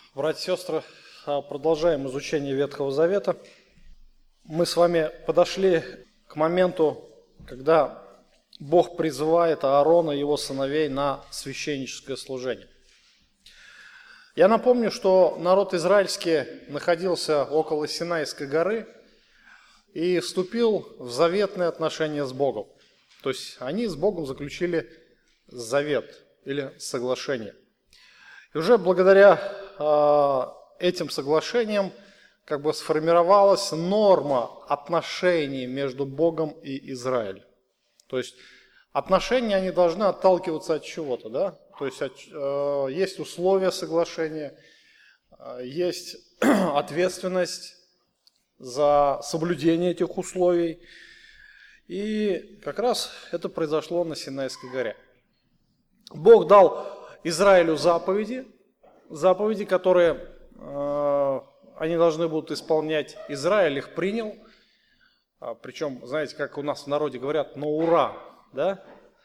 Братья и сестры, продолжаем изучение Ветхого Завета. Мы с вами подошли к моменту, когда Бог призывает Аарона и его сыновей на священническое служение. Я напомню, что народ израильский находился около Синайской горы и вступил в заветные отношения с Богом. То есть они с Богом заключили завет или соглашение. И уже благодаря этим соглашениям сформировалась норма отношений между Богом и Израилем. То есть отношения, они должны отталкиваться от чего-то, да? То есть есть условия соглашения, есть ответственность за соблюдение этих условий. И как раз это произошло на Синайской горе. Бог дал Израилю заповеди, которые они должны будут исполнять. Израиль их принял, причем, знаете, как у нас в народе говорят, на ура, да?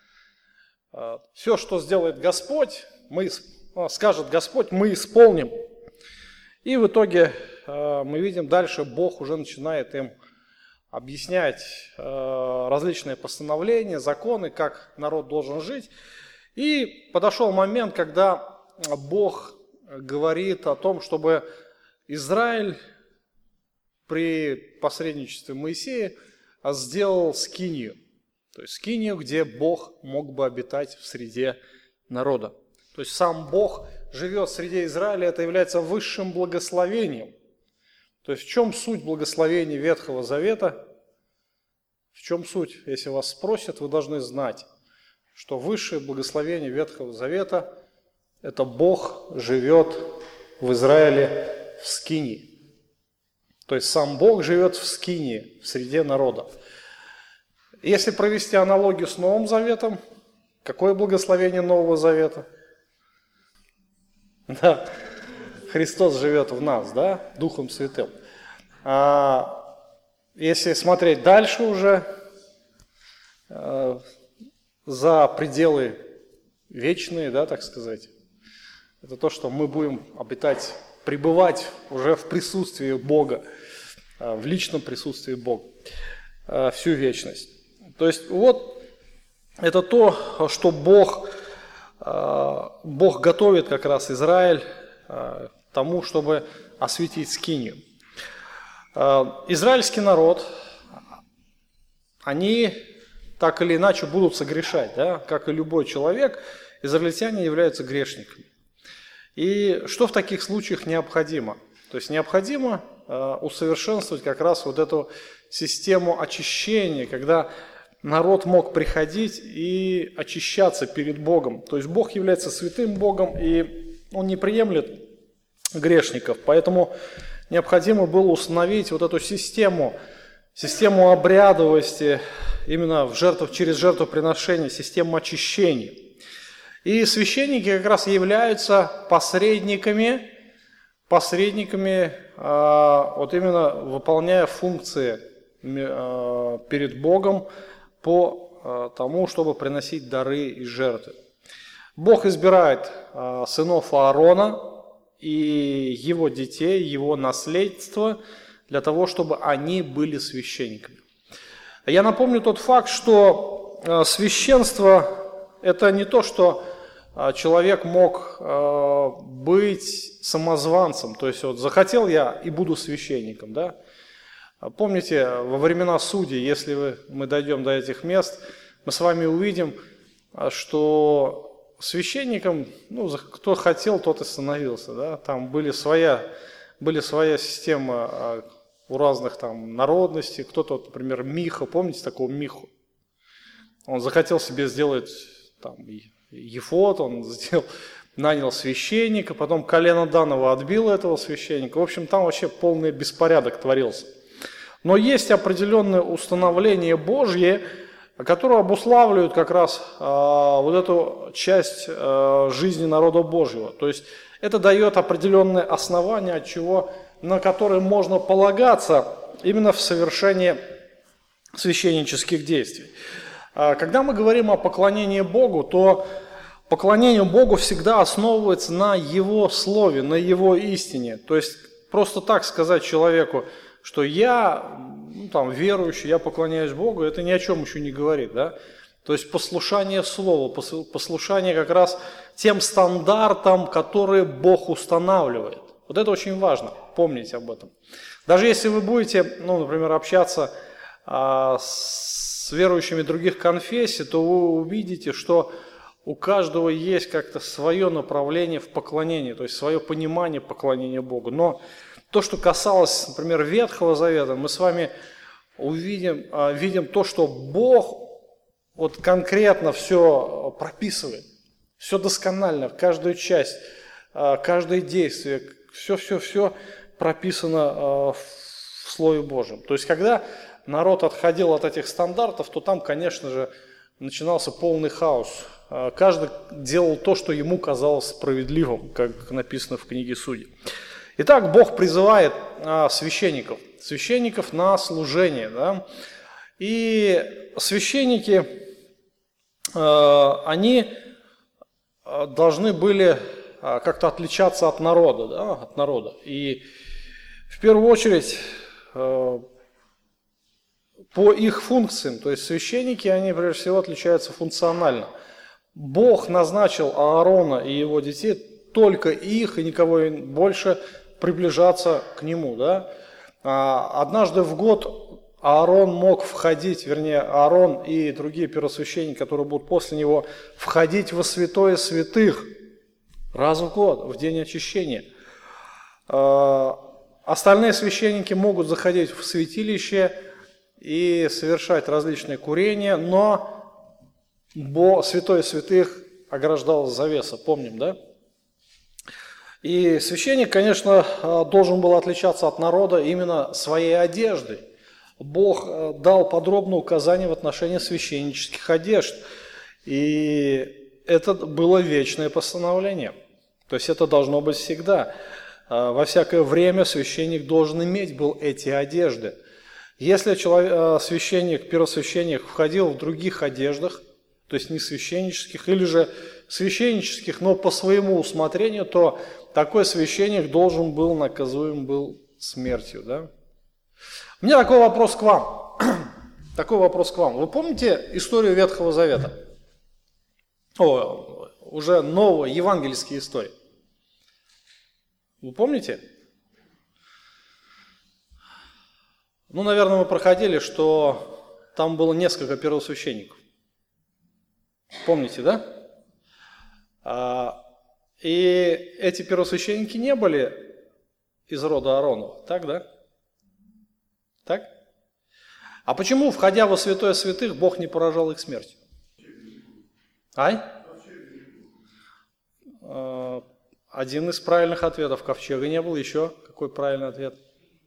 Все, что сделает Господь, скажет Господь, мы исполним. И в итоге мы видим дальше, Бог уже начинает им объяснять различные постановления, законы, как народ должен жить. И подошел момент, когда Бог говорит о том, чтобы Израиль при посредничестве Моисея сделал скинию. То есть скинию, где Бог мог бы обитать в среде народа. То есть сам Бог живет среди Израиля, это является высшим благословением. То есть в чем суть благословения Ветхого Завета? В чем суть? Если вас спросят, вы должны знать, что высшее благословение Ветхого Завета – это Бог живет в Израиле в скинии. То есть сам Бог живет в скинии, в среде народа. Если провести аналогию с Новым Заветом, какое благословение Нового Завета? Да, Христос живет в нас, да, Духом Святым. А если смотреть дальше уже, за пределы вечные, да, так сказать, это то, что мы будем пребывать уже в присутствии Бога, в личном присутствии Бога всю вечность. То есть вот это то, что Бог готовит как раз Израиль к тому, чтобы осветить скинию. Израильский народ, они так или иначе будут согрешать, да? Как и любой человек, израильтяне являются грешниками. И что в таких случаях необходимо? То есть необходимо усовершенствовать как раз вот эту систему очищения, когда народ мог приходить и очищаться перед Богом. То есть Бог является святым Богом, и Он не приемлет грешников. Поэтому необходимо было установить вот эту систему обрядовости, именно через жертвоприношение, систему очищения. И священники как раз являются посредниками, вот именно выполняя функции перед Богом по тому, чтобы приносить дары и жертвы. Бог избирает сынов Аарона и его детей, его наследство, для того, чтобы они были священниками. Я напомню тот факт, что священство – это не то, что человек мог быть самозванцем, то есть вот захотел я и буду священником, да? Помните, во времена судей, если мы дойдем до этих мест, мы с вами увидим, что священником, кто хотел, тот и становился, да? Там была своя система у разных там народностей. Кто-то, например, Миха, помните такого Миху? Он захотел себе сделать там ефод, он нанял священника, потом колено Данова отбило этого священника. В общем, там вообще полный беспорядок творился. Но есть определенные установления Божьи, которые обуславливают как раз вот эту часть жизни народа Божьего. То есть это дает определенные основания, на которые можно полагаться именно в совершении священнических действий. Когда мы говорим о поклонении Богу, то поклонение Богу всегда основывается на Его Слове, на Его истине. То есть просто так сказать человеку, что я верующий, я поклоняюсь Богу, это ни о чем еще не говорит. Да? То есть послушание Слову, послушание как раз тем стандартам, которые Бог устанавливает. Вот это очень важно, помните об этом. Даже если вы будете, например, общаться с верующими других конфессий, то вы увидите, что у каждого есть как-то свое направление в поклонении, то есть свое понимание поклонения Богу. То, что касалось, например, Ветхого Завета, мы с вами видим то, что Бог вот конкретно все прописывает, все досконально, каждую часть, каждое действие, все прописано в Слове Божьем. То есть, когда народ отходил от этих стандартов, то там, конечно же, начинался полный хаос. Каждый делал то, что ему казалось справедливым, как написано в книге Судей. Итак, Бог призывает священников на служение. Да? И священники, они должны были как-то отличаться от народа. Да? От народа. И в первую очередь по их функциям, то есть священники, они прежде всего отличаются функционально. Бог назначил Аарона и его детей только их и никого больше приближаться к нему. Да? Однажды в год Аарон мог входить, Аарон и другие первосвященники, которые будут после него, входить во святое святых раз в год, в день очищения. Остальные священники могут заходить в святилище и совершать различные курения, но святое святых ограждал завеса, помним, да? И священник, конечно, должен был отличаться от народа именно своей одеждой. Бог дал подробное указание в отношении священнических одежд, и это было вечное постановление. То есть это должно быть всегда. Во всякое время священник должен иметь был эти одежды. Если священник, первосвященник входил в других одеждах, то есть не священнических, или же священнических, но по своему усмотрению, то такой священник должен был, наказуем был смертью. Да? У меня такой вопрос к вам. Вы помните историю Ветхого Завета? Уже новые евангельские истории. Вы помните? Наверное, мы проходили, что там было несколько первосвященников. Помните, да? И эти первосвященники не были из рода Ааронова, так, да? Так? А почему, входя во святое святых, Бог не поражал их смертью? Один из правильных ответов: ковчега не было. Еще какой правильный ответ?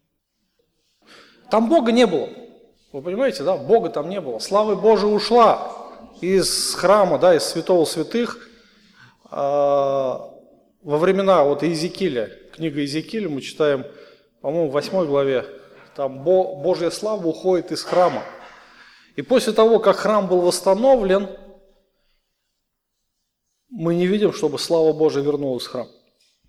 Там Бога не было. Вы понимаете, да? Бога там не было. Слава Божия ушла из храма, да, из святого святых во времена Иезекииля. Книга Иезекииля мы читаем, по-моему, в 8 главе. Там Божья слава уходит из храма. И после того, как храм был восстановлен, мы не видим, чтобы слава Божия вернулась в храм.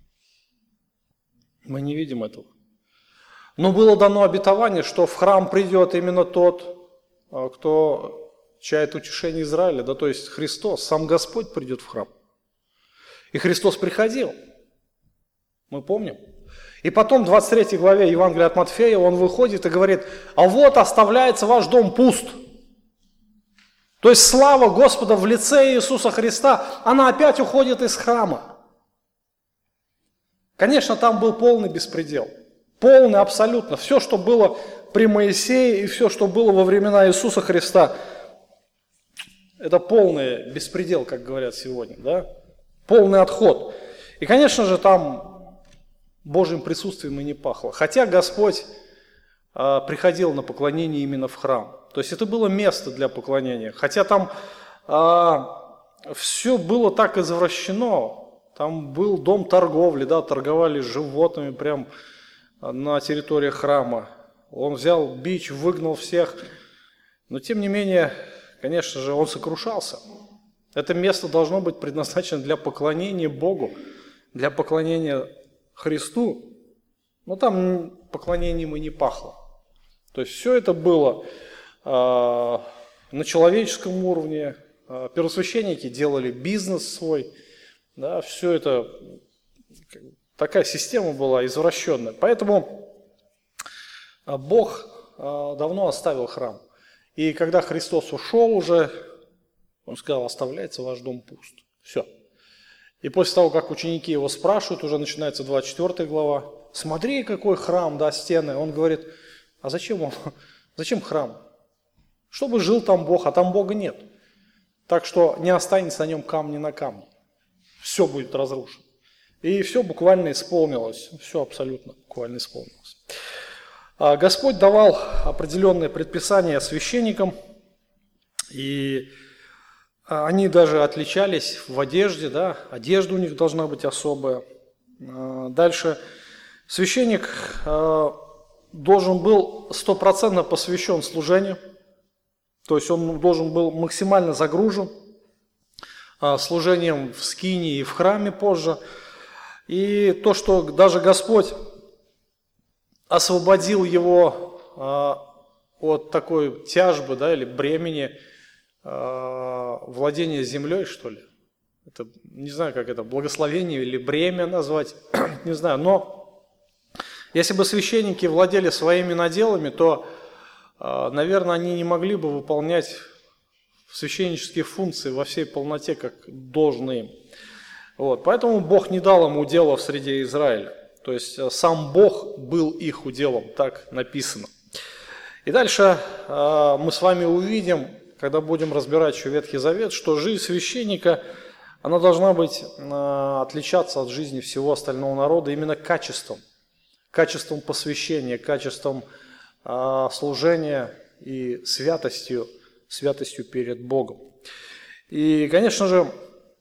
Мы не видим этого. Но было дано обетование, что в храм придет именно тот, кто чает утешение Израиля, да, то есть Христос, сам Господь придет в храм. И Христос приходил. Мы помним. И потом в 23 главе Евангелия от Матфея он выходит и говорит: а вот оставляется ваш дом пуст. То есть слава Господа в лице Иисуса Христа, она опять уходит из храма. Конечно, там был полный беспредел. Полный абсолютно. Все, что было при Моисее и все, что было во времена Иисуса Христа, это полный беспредел, как говорят сегодня. Да? Полный отход. И, конечно же, там Божьим присутствием и не пахло. Хотя Господь приходил на поклонение именно в храм. То есть это было место для поклонения. Хотя там все было так извращено. Там был дом торговли, да, торговали животными прямо на территории храма. Он взял бич, выгнал всех. Но тем не менее, конечно же, он сокрушался. Это место должно быть предназначено для поклонения Богу, для поклонения Христу. Но там поклонением и не пахло. То есть все это было на человеческом уровне. Первосвященники делали бизнес свой. Да, все это, такая система была извращенная. Поэтому Бог давно оставил храм. И когда Христос ушел уже, Он сказал: оставляется ваш дом пуст. Все. И после того, как ученики его спрашивают, уже начинается 24 глава, смотри, какой храм, да, стены. Он говорит: а зачем храм? Чтобы жил там Бог, а там Бога нет. Так что не останется на нем камня на камне. Все будет разрушено. И все буквально исполнилось. Все абсолютно буквально исполнилось. Господь давал определенные предписания священникам, и они даже отличались в одежде, да, одежда у них должна быть особая. Дальше священник должен был 100% посвящен служению, то есть он должен был максимально загружен служением в скинии и в храме позже. И то, что даже Господь освободил его от такой тяжбы, да, или бремени владения землей, что ли. Это, не знаю, как это, благословение или бремя назвать, не знаю. Но если бы священники владели своими наделами, то, наверное, они не могли бы выполнять священнические функции во всей полноте, как должно им. Вот. Поэтому Бог не дал им удела в среде Израиля. То есть сам Бог был их уделом, так написано. И дальше мы с вами увидим, когда будем разбирать еще Ветхий Завет, что жизнь священника, она должна быть, отличаться от жизни всего остального народа именно качеством посвящения, качеством служения и святостью перед Богом. И, конечно же,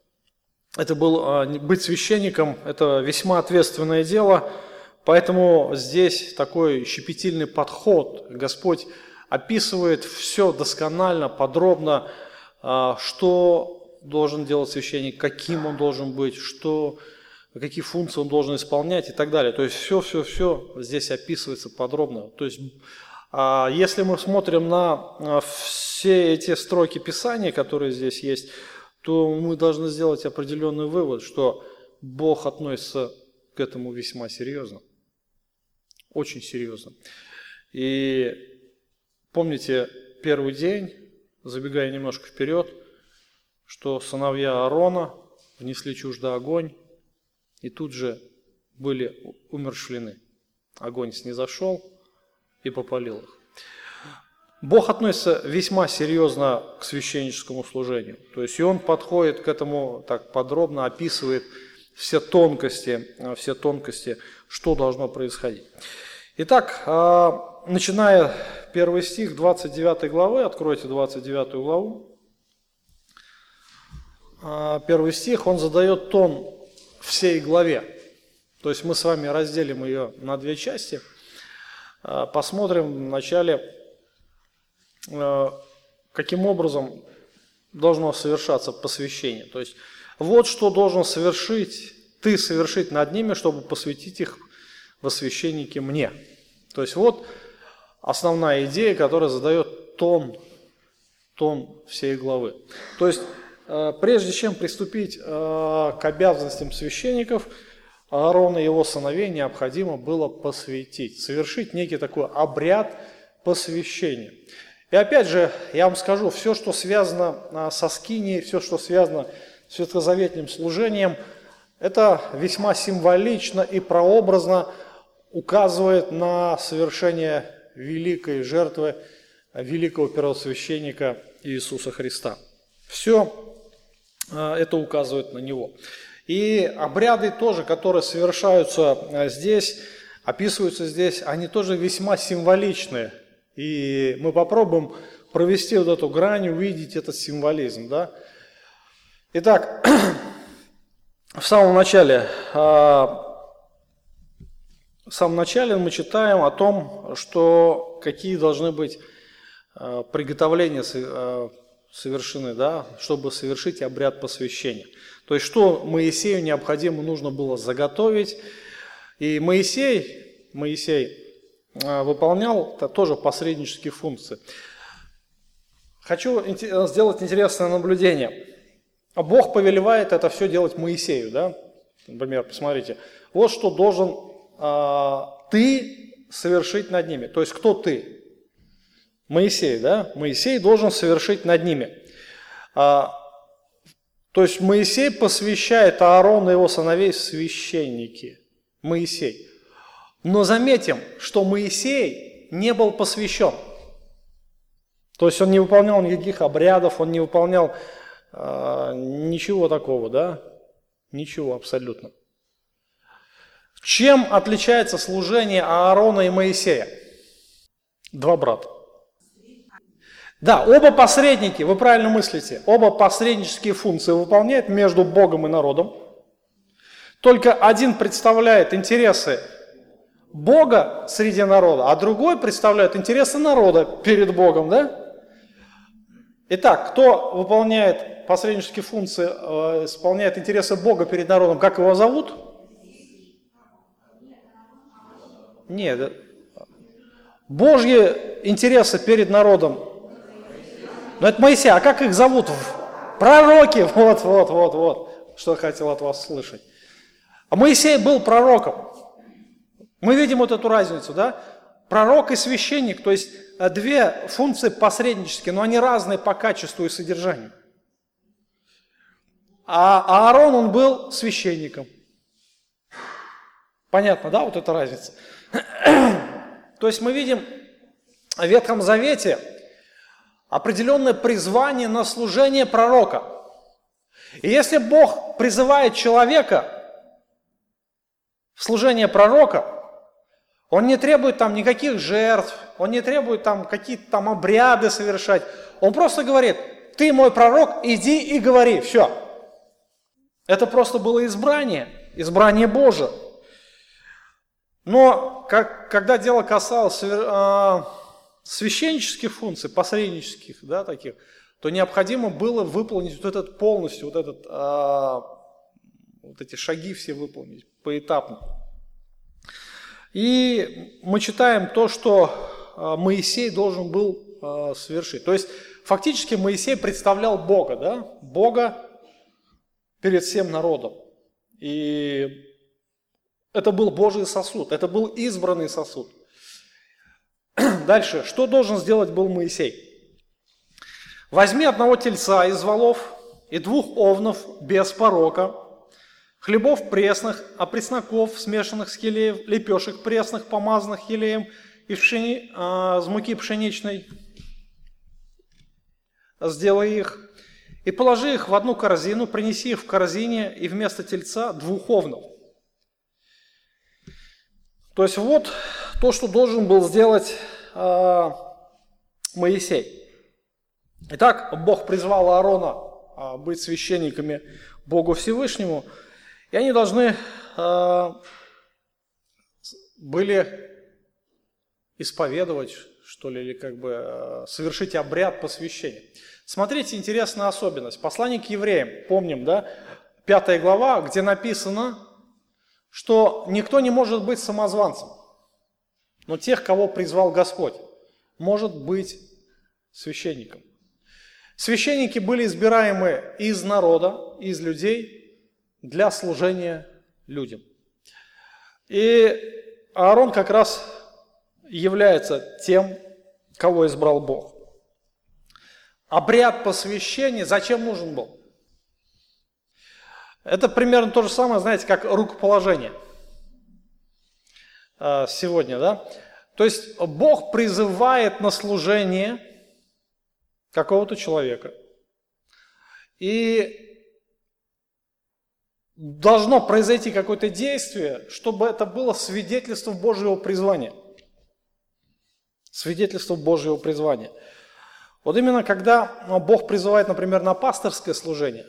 быть священником – это весьма ответственное дело, поэтому здесь такой щепетильный подход. Господь описывает все досконально, подробно, что должен делать священник, каким он должен быть, какие функции он должен исполнять и так далее. То есть все здесь описывается подробно. То есть если мы смотрим на все эти строки Писания, которые здесь есть, то мы должны сделать определенный вывод, что Бог относится к этому весьма серьезно. Очень серьезно. И помните первый день, забегая немножко вперед, что сыновья Аарона внесли чуждый огонь и тут же были умерщвлены. Огонь снизошел и попалил их. Бог относится весьма серьезно к священническому служению. То есть и Он подходит к этому так подробно, описывает все тонкости, что должно происходить. Итак, начиная 1 стих 29 главы, откройте 29 главу. 1 стих, он задает тон всей главе. То есть мы с вами разделим ее на две части. Посмотрим вначале, каким образом должно совершаться посвящение. То есть вот что должен ты совершить над ними, чтобы посвятить их во священники мне. То есть вот основная идея, которая задает тон всей главы. То есть прежде чем приступить к обязанностям священников, Аарона и его сыновей необходимо было посвятить, совершить некий такой обряд посвящения. И опять же, я вам скажу, все, что связано со скинией, все, что связано с ветхозаветным служением, это весьма символично и прообразно указывает на совершение великой жертвы великого первосвященника Иисуса Христа. Все это указывает на Него. И обряды тоже, которые совершаются здесь, описываются здесь, они тоже весьма символичны. И мы попробуем провести вот эту грань, увидеть этот символизм. Да? Итак, в самом начале мы читаем о том, что какие должны быть приготовления совершены, да, чтобы совершить обряд посвящения. То есть, что Моисею необходимо нужно было заготовить. И Моисей выполнял тоже посреднические функции. Хочу сделать интересное наблюдение. Бог повелевает это все делать Моисею, да? Например, посмотрите. Вот что должен ты совершить над ними. То есть, кто ты? Моисей, да? Моисей должен совершить над ними. То есть, Моисей посвящает Аарона и его сыновей в священники. Моисей. Но заметим, что Моисей не был посвящен. То есть, он не выполнял никаких обрядов, он не выполнял ничего такого, да? Ничего абсолютно. Чем отличается служение Аарона и Моисея? Два брата. Да, оба посредники, вы правильно мыслите, оба посреднические функции выполняют между Богом и народом. Только один представляет интересы Бога среди народа, а другой представляет интересы народа перед Богом, да? Итак, кто выполняет посреднические функции, исполняет интересы Бога перед народом, как его зовут? Нет. Божьи интересы перед народом. Но это Моисей. А как их зовут? Пророки. Вот. Что я хотел от вас слышать. А Моисей был пророком. Мы видим вот эту разницу, да? Пророк и священник, то есть две функции посреднические, но они разные по качеству и содержанию. А Аарон, он был священником. Понятно, да, вот эта разница? То есть мы видим в Ветхом Завете определенное призвание на служение пророка. И если Бог призывает человека в служение пророка, Он не требует там никаких жертв, Он не требует там какие-то там обряды совершать. Он просто говорит: ты мой пророк, иди и говори, все. Это просто было избрание Божие. Но когда дело касалось священнических функций, посреднических, да, таких, то необходимо было выполнить вот этот полностью, вот эти шаги все выполнить поэтапно. И мы читаем то, что Моисей должен был совершить. То есть фактически Моисей представлял Бога, да? Бога перед всем народом. И это был Божий сосуд, это был избранный сосуд. Дальше, что должен сделать был Моисей? Возьми одного тельца из волов и 2 овнов без порока, хлебов пресных, опресноков, смешанных с хилеем, лепешек пресных, помазанных хилеем, из муки пшеничной. Сделай их и положи их в одну корзину, принеси их в корзине и вместо тельца 2 овнов. То есть вот то, что должен был сделать Моисей. Итак, Бог призвал Аарона быть священниками Богу Всевышнему, и они должны были исповедовать, что ли, или как бы совершить обряд посвящения. Смотрите, интересная особенность. Послание к евреям, помним, да, 5 глава, где написано, что никто не может быть самозванцем, но тех, кого призвал Господь, может быть священником. Священники были избираемы из народа, из людей для служения людям. И Аарон как раз является тем, кого избрал Бог. Обряд посвящения зачем нужен был? Это примерно то же самое, знаете, как рукоположение сегодня, да? То есть Бог призывает на служение какого-то человека. И должно произойти какое-то действие, чтобы это было свидетельство Божьего призвания. Свидетельство Божьего призвания. Вот именно когда Бог призывает, например, на пасторское служение,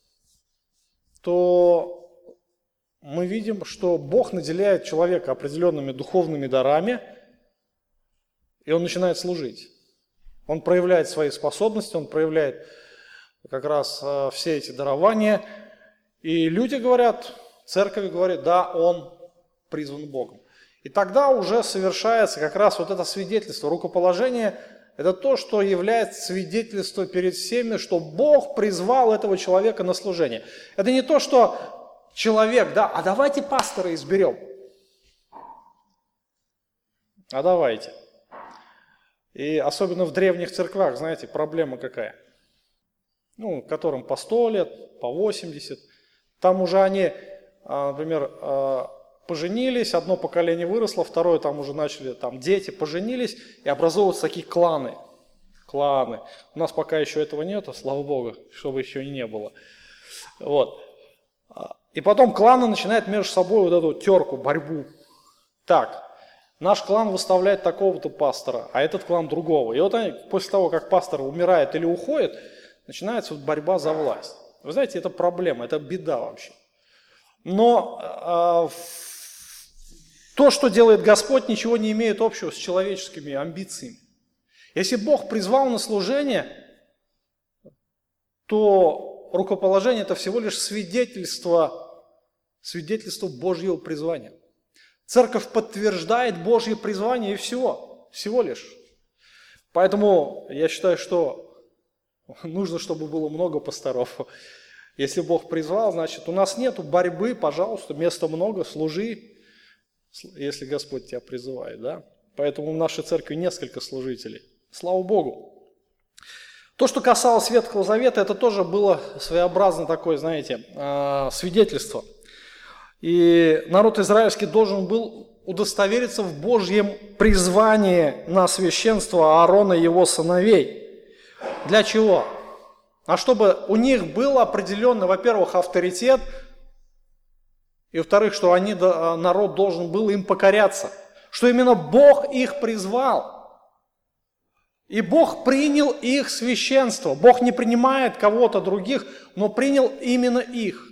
то мы видим, что Бог наделяет человека определенными духовными дарами, и он начинает служить. Он проявляет свои способности, он проявляет как раз все эти дарования. И люди говорят, церковь говорит, да, он призван Богом. И тогда уже совершается как раз вот это свидетельство, рукоположение. Это то, что является свидетельством перед всеми, что Бог призвал этого человека на служение. Это не то, что человек, да, а давайте пастора изберем. А давайте. И особенно в древних церквях, знаете, проблема какая? Которым по 100 лет, по 80. Там уже они, например, поженились, одно поколение выросло, второе там уже начали, дети поженились, и образовываются такие кланы. Кланы. У нас пока еще этого нету, слава Богу, чтобы еще и не было. Вот. И потом кланы начинают между собой вот эту терку, борьбу. Так, наш клан выставляет такого-то пастора, а этот клан другого. И вот они, после того, как пастор умирает или уходит, начинается борьба за власть. Вы знаете, это проблема, это беда вообще. Но то, что делает Господь, ничего не имеет общего с человеческими амбициями. Если Бог призвал на служение, то рукоположение – это всего лишь свидетельство Божьего призвания. Церковь подтверждает Божье призвание и всего лишь. Поэтому я считаю, что нужно, чтобы было много пасторов. Если Бог призвал, значит, у нас нету борьбы, пожалуйста, места много, служи, если Господь тебя призывает, да? Поэтому в нашей церкви несколько служителей. Слава Богу. То, что касалось Ветхого Завета, это тоже было своеобразно такое, знаете, свидетельство. И народ израильский должен был удостовериться в Божьем призвании на священство Аарона и его сыновей. Для чего? А чтобы у них был определенный, во-первых, авторитет, и во-вторых, что народ должен был им покоряться, что именно Бог их призвал. И Бог принял их священство. Бог не принимает кого-то других, но принял именно их.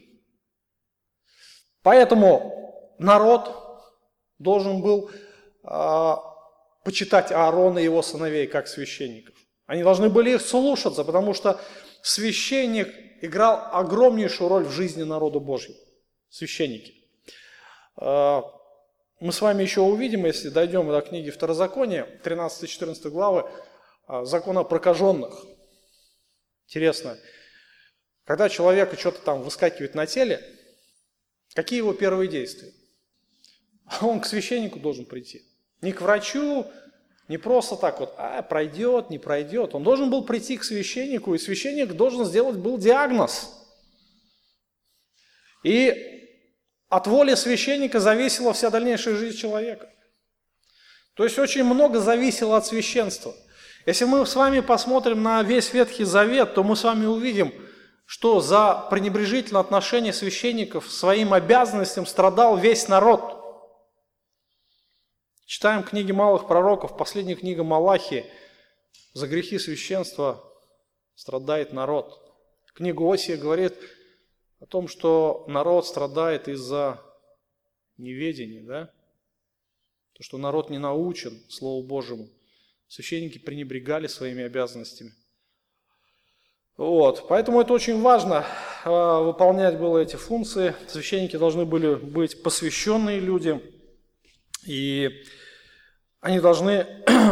Поэтому народ должен был почитать Аарона и его сыновей как священников. Они должны были их слушаться, потому что священник играл огромнейшую роль в жизни народа Божьего. Священники. Мы с вами еще увидим, если дойдем до книги Второзакония, 13-14 главы, закон о прокаженных. Интересно, когда человек что-то там выскакивает на теле, какие его первые действия? Он к священнику должен прийти. Не к врачу, не просто так вот, пройдет, не пройдет. Он должен был прийти к священнику, и священник должен сделать был диагноз. И от воли священника зависела вся дальнейшая жизнь человека. То есть очень много зависело от священства. Если мы с вами посмотрим на весь Ветхий Завет, то мы с вами увидим, что за пренебрежительное отношение священников к своим обязанностям страдал весь народ. Читаем книги малых пророков, последняя книга Малахии. За грехи священства страдает народ. Книга Осия говорит о том, что народ страдает из-за неведения, да? То, что народ не научен Слову Божьему. Священники пренебрегали своими обязанностями. Поэтому это очень важно, выполнять было эти функции. Священники должны были быть посвященные люди, и они должны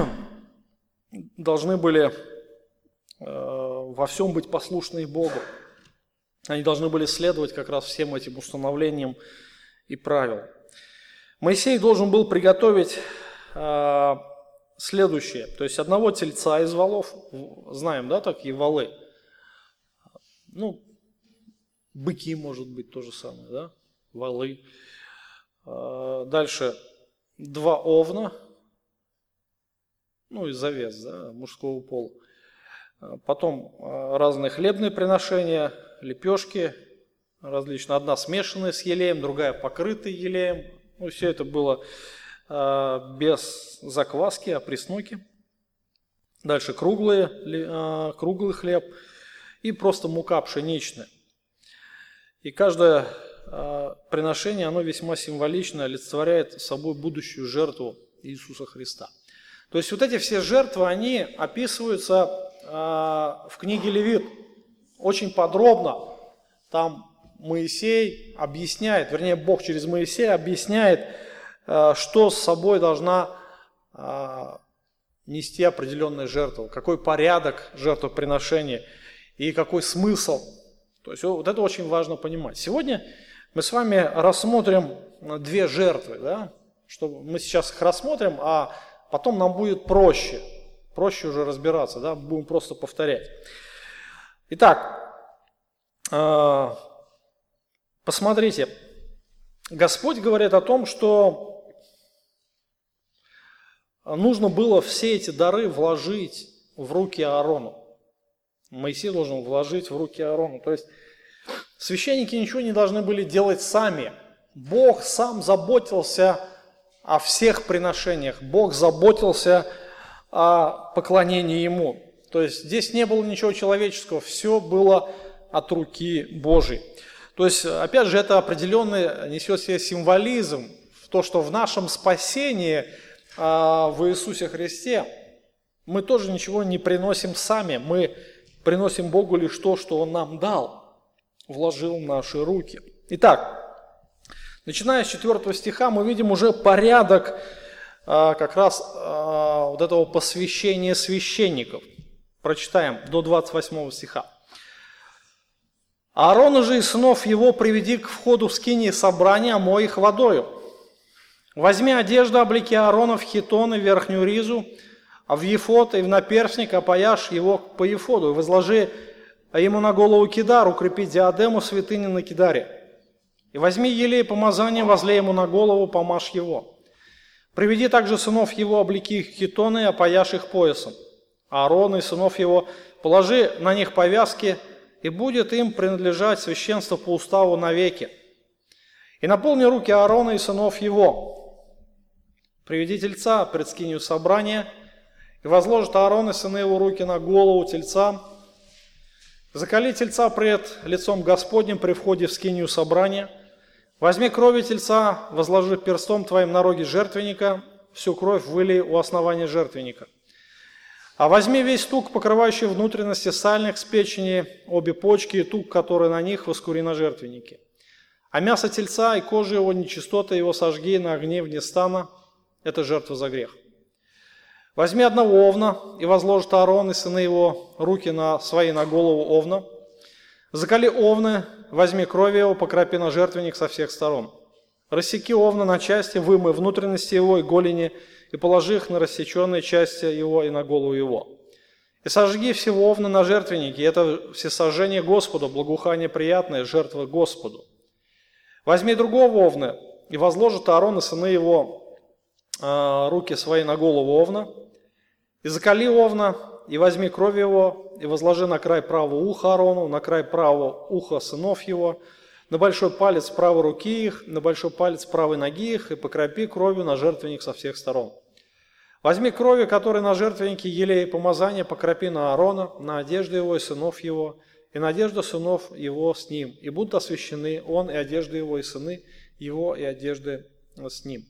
были во всем быть послушны Богу. Они должны были следовать как раз всем этим установлениям и правилам. Моисей должен был приготовить следующее. То есть одного тельца из волов, знаем, да, такие волы. Быки, может быть, то же самое, да, волы. Дальше 2 овна, из овец, да, мужского пола. Потом разные хлебные приношения, лепешки различные. Одна смешанная с елеем, другая покрытая елеем. Все это было без закваски, опресноки. Дальше круглый хлеб и просто мука пшеничная. И каждое приношение, оно весьма символично олицетворяет собой будущую жертву Иисуса Христа. То есть вот эти все жертвы, они описываются в книге Левит. очень подробно там Моисей объясняет, вернее, Бог через Моисея объясняет, что с собой должна нести определенная жертва, какой порядок жертвоприношения и какой смысл. То есть вот это очень важно понимать. Сегодня мы с вами рассмотрим две жертвы, да? Что мы сейчас их рассмотрим, а потом нам будет проще уже разбираться, да? Будем просто повторять. Итак, посмотрите, Господь говорит о том, что нужно было все эти дары вложить в руки Аарону. Моисей должен вложить в руки Аарону. То есть священники ничего не должны были делать сами. Бог сам заботился о всех приношениях. Бог заботился о поклонении Ему. То есть здесь не было ничего человеческого, все было от руки Божьей. То есть, опять же, это определенный несет в себе символизм в то, что в нашем спасении в Иисусе Христе мы тоже ничего не приносим сами, мы приносим Богу лишь то, что Он нам дал, вложил в наши руки. Итак, начиная с 4 стиха мы видим уже порядок как раз вот этого посвящения священников. Прочитаем до 28 стиха. «Аарона же и сынов его приведи к входу в скинии собрания, омой их водою. Возьми одежду, облеки Аарона в хитон и верхнюю ризу, а в ефод и в наперстник опояшь его по ефоду, и возложи ему на голову кидар, укрепи диадему святыни на кидаре. И возьми елей помазания, возлей ему на голову, помажь его. Приведи также сынов его, облеки их хитоны и опояшь их поясом. Аарона и сынов его положи на них повязки, и будет им принадлежать священство по уставу навеки. И наполни руки Аарона и сынов его. Приведи тельца пред скинию собрания, и возложит Аарон и сыны его руки на голову тельца. Закали тельца пред лицом Господним при входе в скинию собрания. Возьми крови тельца, возложи перстом твоим на роги жертвенника, всю кровь вылей у основания жертвенника. А возьми весь тук, покрывающий внутренности сальных с печени, обе почки и тук, который на них, воскури на жертвеннике. А мясо тельца и кожи его, нечистоты его сожги на огне вне стана, это жертва за грех. Возьми одного овна, и возложит Аарон и сыны его руки свои на голову овна. Закали овны, возьми крови его, покропи на жертвенник со всех сторон. Рассеки овна на части, вымой внутренности его и голени, и положи их на рассеченные части его и на голову его. И сожги всего овна на жертвеннике, это всесожжение Господу, благоухание приятное, жертва Господу. Возьми другого овна, и возложит Аарон и сыны его руки свои на голову овна, и закали овна, и возьми кровь его, и возложи на край правого уха Аарону, на край правого уха сынов его, на большой палец правой руки их, на большой палец правой ноги их, и покропи кровью на жертвенник со всех сторон. Возьми крови, которые на жертвеннике елей и помазания, покропи на Аарона, на одежду его и сынов его, и на одежду сынов его с ним, и будут освящены он и одежда его, и сыны его, и одежды с ним.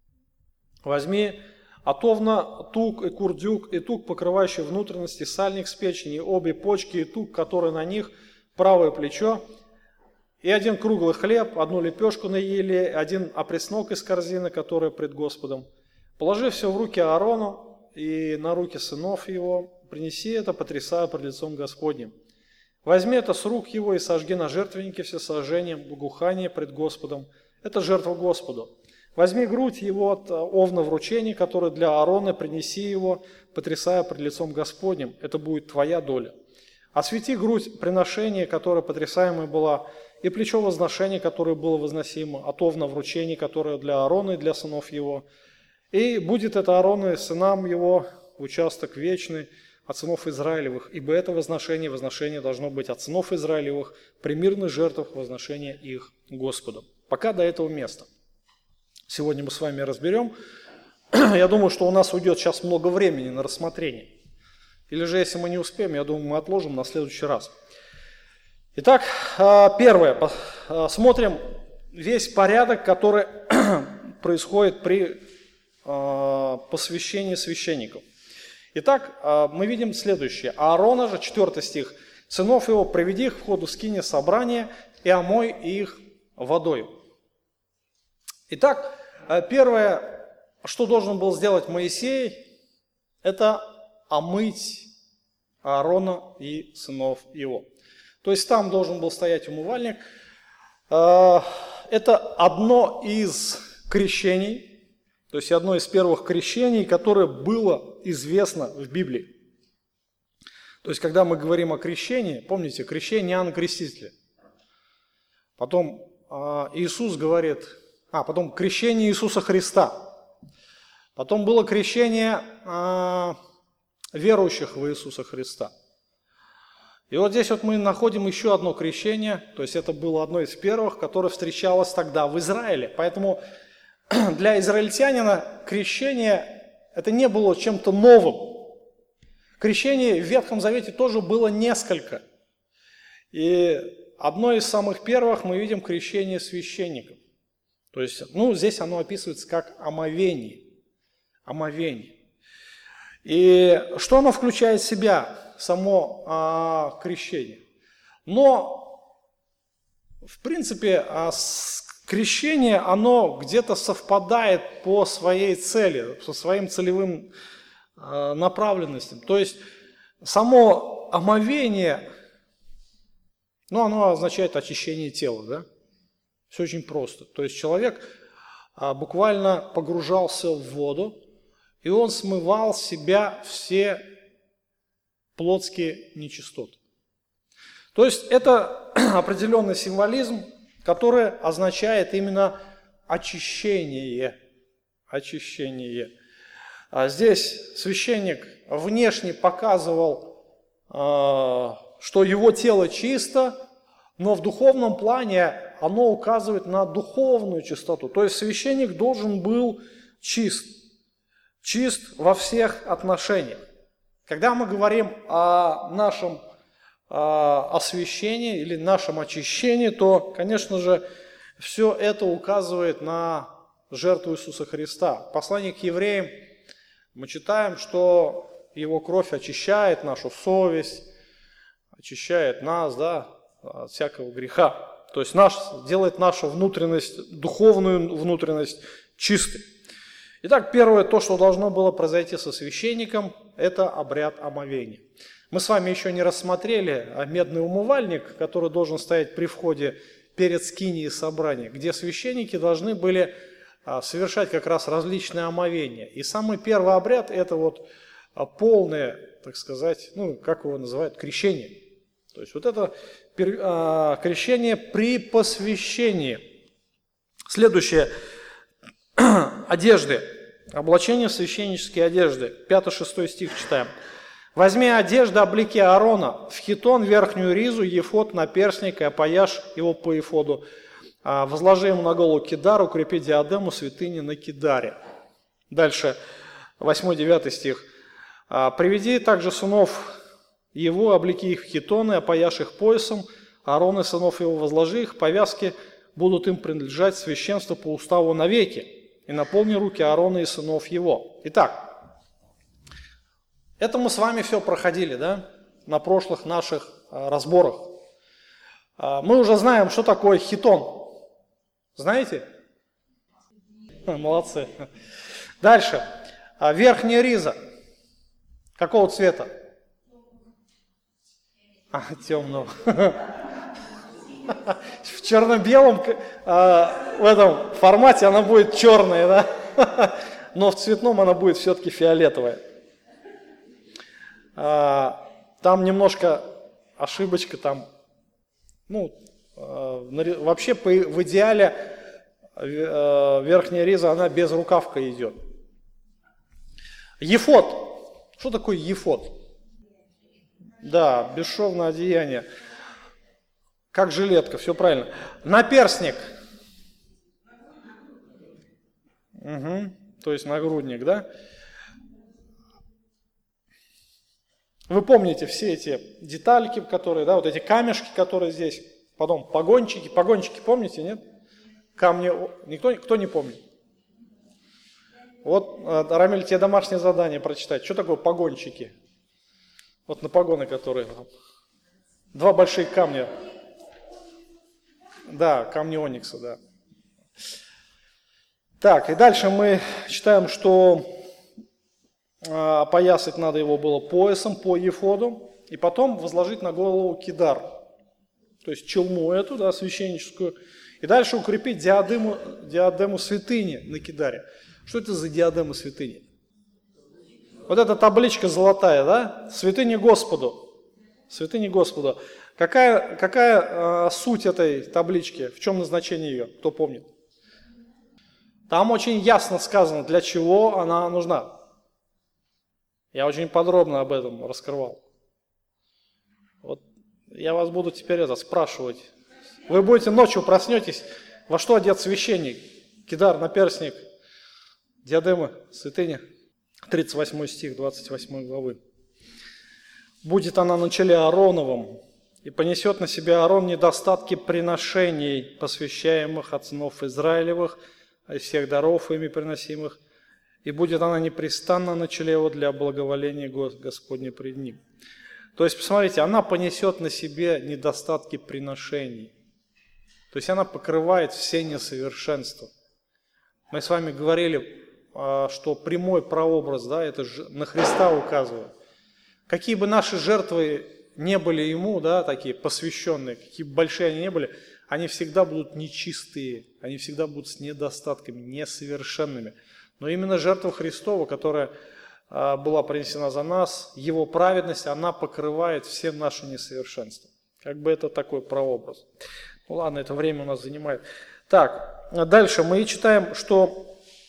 Возьми от овна тук и курдюк, и тук, покрывающий внутренности сальник с печени, обе почки, и тук, который на них, правое плечо, и один круглый хлеб, одну лепешку на еле, один опреснок из корзины, которая пред Господом. Положи все в руки Аарону и на руки сынов его, принеси это, потрясая пред лицом Господним. Возьми это с рук его и сожги на жертвеннике всесожжением, благоухание пред Господом. Это жертва Господу. Возьми грудь его от овна вручения, который для Аарона, принеси его, потрясая пред лицом Господним. Это будет твоя доля. Освети грудь приношения, которая потрясаемая была, и плечо возношения, которое было возносимо, от овна вручения, которое для Аарона и для сынов его. И будет это Аарону и сынам его участок вечный от сынов Израилевых, ибо это возношение должно быть от сынов Израилевых при мирных жертвах возношения их Господу. Пока до этого места. Сегодня мы с вами разберем. Я думаю, что у нас уйдет сейчас много времени на рассмотрение. Или же, если мы не успеем, я думаю, мы отложим на следующий раз. Итак, первое. Смотрим весь порядок, который происходит при посвящении священников. Итак, мы видим следующее. Аарона же, 4 стих, сынов его приведи их к входу скини собрания и омой их водой. Итак, первое, что должен был сделать Моисей, это омыть Аарона и сынов его. То есть там должен был стоять умывальник. Это одно из крещений, то есть одно из первых крещений, которое было известно в Библии. То есть когда мы говорим о крещении, помните, крещение Иоанна Крестителя. Потом Иисус говорит, потом крещение Иисуса Христа. Потом было крещение верующих в Иисуса Христа. И вот здесь вот мы находим еще одно крещение, то есть это было одно из первых, которое встречалось тогда в Израиле. Поэтому для израильтянина крещение это не было чем-то новым. Крещений в Ветхом Завете тоже было несколько. И одно из самых первых мы видим крещение священников. То есть, здесь оно описывается как омовение. Омовение. И что оно включает в себя, само крещение? Но, в принципе, крещение, оно где-то совпадает по своей цели, со своим целевым направленностям. То есть, само омовение, оно означает очищение тела, да? Все очень просто. То есть, человек буквально погружался в воду, и он смывал с себя все плотские нечистоты. То есть это определенный символизм, который означает именно очищение. Очищение. Здесь священник внешне показывал, что его тело чисто, но в духовном плане оно указывает на духовную чистоту. То есть священник должен был чист во всех отношениях. Когда мы говорим о нашем освящении или нашем очищении, то, конечно же, все это указывает на жертву Иисуса Христа. В послании к евреям мы читаем, что Его кровь очищает нашу совесть, очищает нас, от всякого греха. То есть делает нашу внутренность, духовную внутренность чистой. Итак, первое, то, что должно было произойти со священником, это обряд омовения. Мы с вами еще не рассмотрели медный умывальник, который должен стоять при входе перед скинией собрания, где священники должны были совершать как раз различные омовения. И самый первый обряд – это вот полное, так сказать, как его называют, крещение. То есть вот это крещение при посвящении. Следующее – одежды, облачение в священнические одежды. 5-6 стих читаем. «Возьми одежды, облеки Аарона, в хитон, верхнюю ризу, ефод, наперстник и опояшь его по ефоду. Возложи ему на голову кидар, укрепи диадему святыни на кидаре». Дальше, 8-9 стих. «Приведи также сынов его, облеки их в хитоны, опояшь их поясом, Аарон и сынов его возложи их, повязки будут им принадлежать священство по уставу навеки. И наполни руки Аарона и сынов его». Итак, это мы с вами все проходили, на прошлых наших разборах. Мы уже знаем, что такое хитон. Знаете? Молодцы. Дальше. Верхняя риза. Какого цвета? Темного. В черно-белом в этом формате она будет черная, но в цветном она будет все-таки фиолетовая. Там немножко ошибочка, вообще в идеале верхняя риза, она без рукавка идет. Ефод. Что такое ефод? Да, бесшовное одеяние. Как жилетка, все правильно. Наперстник. То есть нагрудник, да? Вы помните все эти детальки, которые, вот эти камешки, которые здесь. Потом погончики. Погончики помните, нет? Камни. Кто не помнит? Вот, Рамиль, тебе домашнее задание прочитать. Что такое погончики? Вот на погоны, которые... Два больших камня. Да, камни оникса, да. Так, и дальше мы читаем, что опоясать надо его было поясом по ефоду, и потом возложить на голову кидар, то есть челму эту, да, священническую, и дальше укрепить диадему святыни на кидаре. Что это за диадема святыни? Вот эта табличка золотая, да? Святыня Господу. Святыня Господу. Какая суть этой таблички? В чем назначение ее? Кто помнит? Там очень ясно сказано, для чего она нужна. Я очень подробно об этом раскрывал. Вот я вас буду теперь спрашивать. Вы будете ночью проснетесь, во что одет священник? Кидар, наперстник, диадема, святыня. 38 стих 28 главы. «Будет она на челе Аароновом, и понесет на себе Аарон недостатки приношений, посвящаемых от сынов Израилевых, из всех даров ими приносимых, и будет она непрестанно на челе его для благоволения Господня пред ним». То есть, посмотрите, она понесет на себе недостатки приношений. То есть она покрывает все несовершенства. Мы с вами говорили, что прямой прообраз, да, это же на Христа указывает. Какие бы наши жертвы не были Ему, да, такие посвященные, какие бы большие они не были, они всегда будут нечистые, они всегда будут с недостатками, несовершенными. Но именно жертва Христова, которая была принесена за нас, Его праведность, она покрывает все наши несовершенства. Как бы это такой прообраз. Ну ладно, это время у нас занимает. Так, дальше мы читаем, что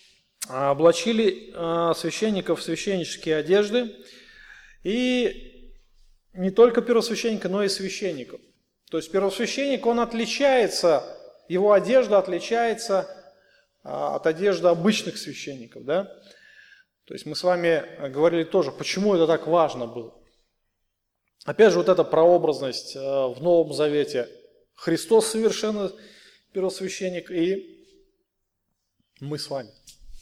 облачили священников в священнические одежды, и не только первосвященника, но и священников. То есть первосвященник, он отличается, его одежда отличается от одежды обычных священников, да? То есть мы с вами говорили тоже, почему это так важно было. Опять же, вот эта прообразность в Новом Завете. Христос совершенно первосвященник, и мы с вами.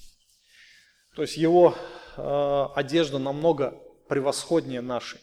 То есть его одежда намного превосходнее нашей.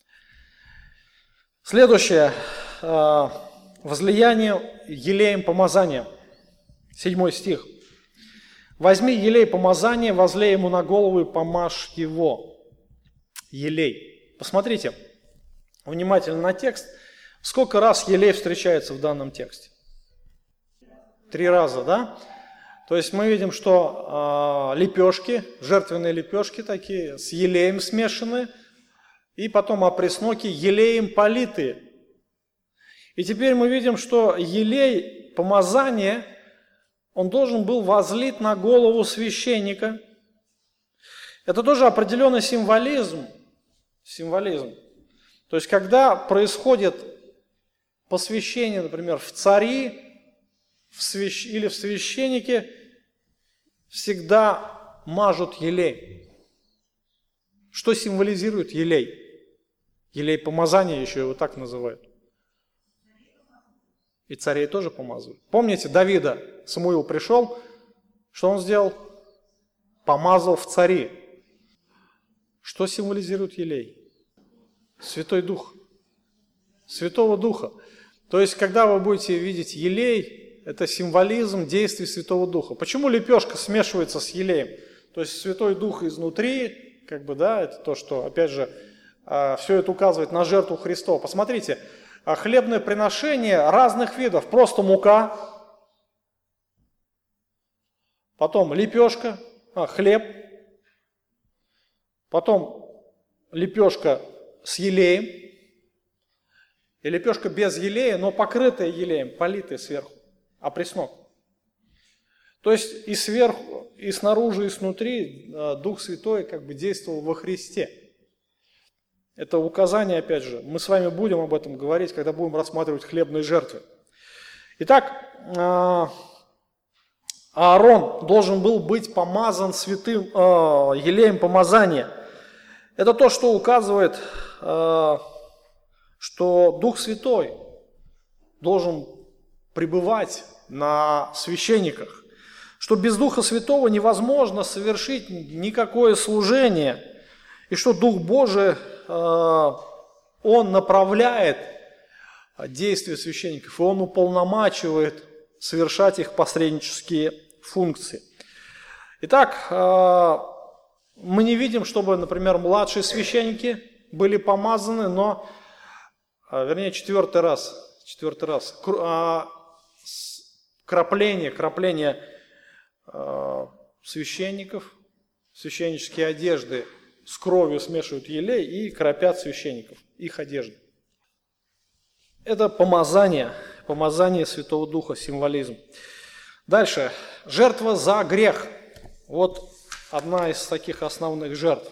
Следующее. Возлияние елеем помазания. 7 стих. «Возьми елей помазания, возлей ему на голову и помажь его». Елей. Посмотрите внимательно на текст. Сколько раз елей встречается в данном тексте? 3 раза, да? То есть мы видим, что лепешки, жертвенные лепешки такие, с елеем смешаны, и потом опресноки елеем политые. И теперь мы видим, что елей помазания, он должен был возлить на голову священника. Это тоже определенный символизм. То есть, когда происходит посвящение, например, в цари или в священнике, всегда мажут елей. Что символизирует елей? Елей помазания еще его так называют. И царей тоже помазывают. Помните, Давида, Самуил пришел, что он сделал? Помазал в цари. Что символизирует елей? Святой Дух. Святого Духа. То есть, когда вы будете видеть елей, это символизм действий Святого Духа. Почему лепешка смешивается с елеем? То есть, Святой Дух изнутри, как бы, да, это то, что, опять же, все это указывает на жертву Христова. Посмотрите, хлебное приношение разных видов. Просто мука, потом лепешка, хлеб, потом лепешка с елеем, и лепешка без елея, но покрытая елеем, политая сверху, опреснок. То есть и сверху, и снаружи, и снутри Дух Святой как бы действовал во Христе. Это указание, опять же, мы с вами будем об этом говорить, когда будем рассматривать хлебные жертвы. Итак, Аарон должен был быть помазан святым елеем помазания. Это то, что указывает, что Дух Святой должен пребывать на священниках, что без Духа Святого невозможно совершить никакое служение, и что Дух Божий, Он направляет действия священников, и он уполномачивает совершать их посреднические функции. Итак, мы не видим, чтобы, например, младшие священники были помазаны, но, вернее, четвертый раз, крапление священников, священнические одежды с кровью смешивают елей и кропят священников, их одежды. Это помазание Святого Духа, символизм. Дальше. Жертва за грех. Вот одна из таких основных жертв.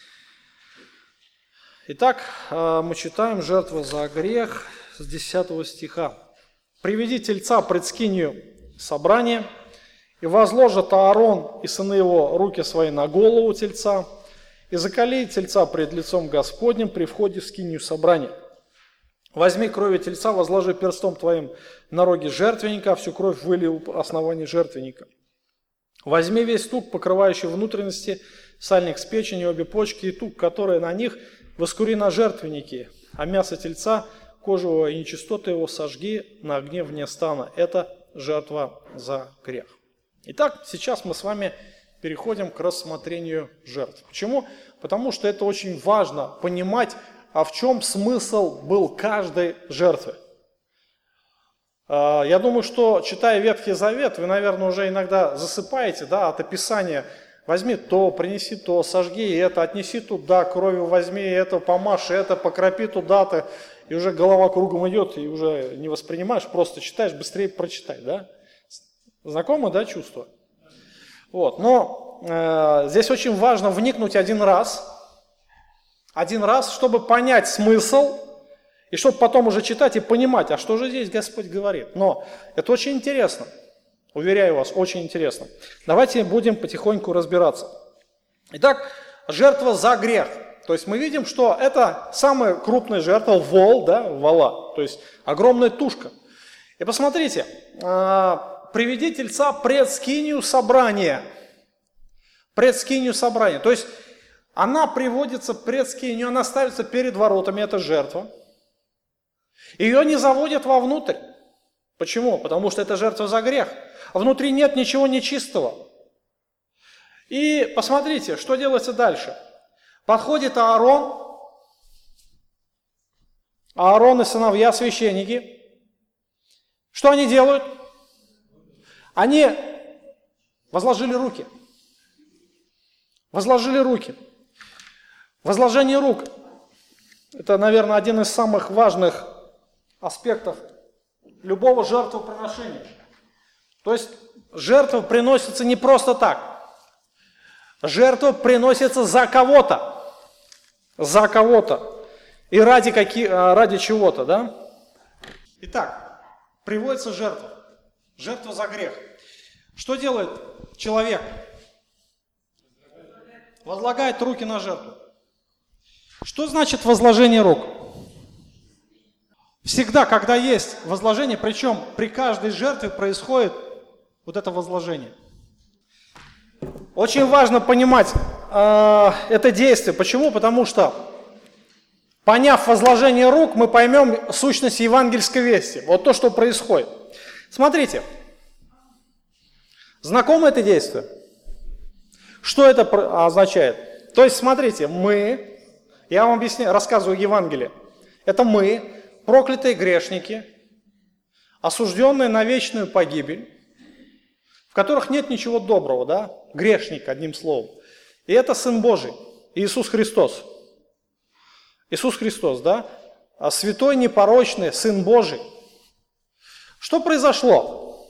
Итак, мы читаем жертва за грех с 10 стиха. «Приведи тельца пред скинию собрания, и возложат Аарон и сыны его руки свои на голову тельца, и закали тельца пред лицом Господним при входе в скинию собрания. Возьми крови тельца, возложи перстом твоим на роги жертвенника, а всю кровь выли у основания жертвенника. Возьми весь тук, покрывающий внутренности, сальник с печенью, обе почки и тук, которые на них, воскури на жертвеннике, а мясо тельца, кожу и нечистоты его сожги на огне вне стана». Это жертва за грех. Итак, сейчас мы с вами переходим к рассмотрению жертв. Почему? Потому что это очень важно понимать, а в чем смысл был каждой жертвы. Я думаю, что, читая Ветхий Завет, вы, наверное, уже иногда засыпаете, от описания. Возьми то, принеси то, сожги это, отнеси туда, кровью возьми это, помажь это, покропи туда-то. И уже голова кругом идет, и уже не воспринимаешь, просто читаешь, быстрее прочитай, да? Знакомо, да, чувство? Вот, но здесь очень важно вникнуть один раз, чтобы понять смысл, и чтобы потом уже читать и понимать, а что же здесь Господь говорит. Но это очень интересно, уверяю вас, очень интересно. Давайте будем потихоньку разбираться. Итак, жертва за грех. То есть мы видим, что это самая крупная жертва, вола, то есть огромная тушка. И посмотрите, приведи тельца пред скинию собрания. Пред скинию собрания. То есть она приводится пред скинию, она ставится перед воротами, это жертва. Ее не заводят вовнутрь. Почему? Потому что это жертва за грех. А внутри нет ничего нечистого. И посмотрите, что делается дальше. Подходит Аарон и сыновья священники. Что они делают? Они возложили руки. Возложение рук – это, наверное, один из самых важных аспектов любого жертвоприношения. То есть жертва приносится не просто так. Жертва приносится за кого-то. И ради чего-то, да? Итак, приводится жертва. Жертва за грех. Что делает человек? Возлагает руки на жертву. Что значит возложение рук? Всегда, когда есть возложение, причем при каждой жертве происходит вот это возложение. Очень важно понимать это действие. Почему? Потому что, поняв возложение рук, мы поймем сущность евангельской вести. Вот то, что происходит. Смотрите. Знакомо это действие? Что это означает? То есть, смотрите, я вам объясняю, рассказываю Евангелие. Это мы, проклятые грешники, осужденные на вечную погибель, в которых нет ничего доброго, да? Грешник, одним словом. И это Сын Божий, Иисус Христос. Иисус Христос, да? А святой, непорочный, Сын Божий. Что произошло?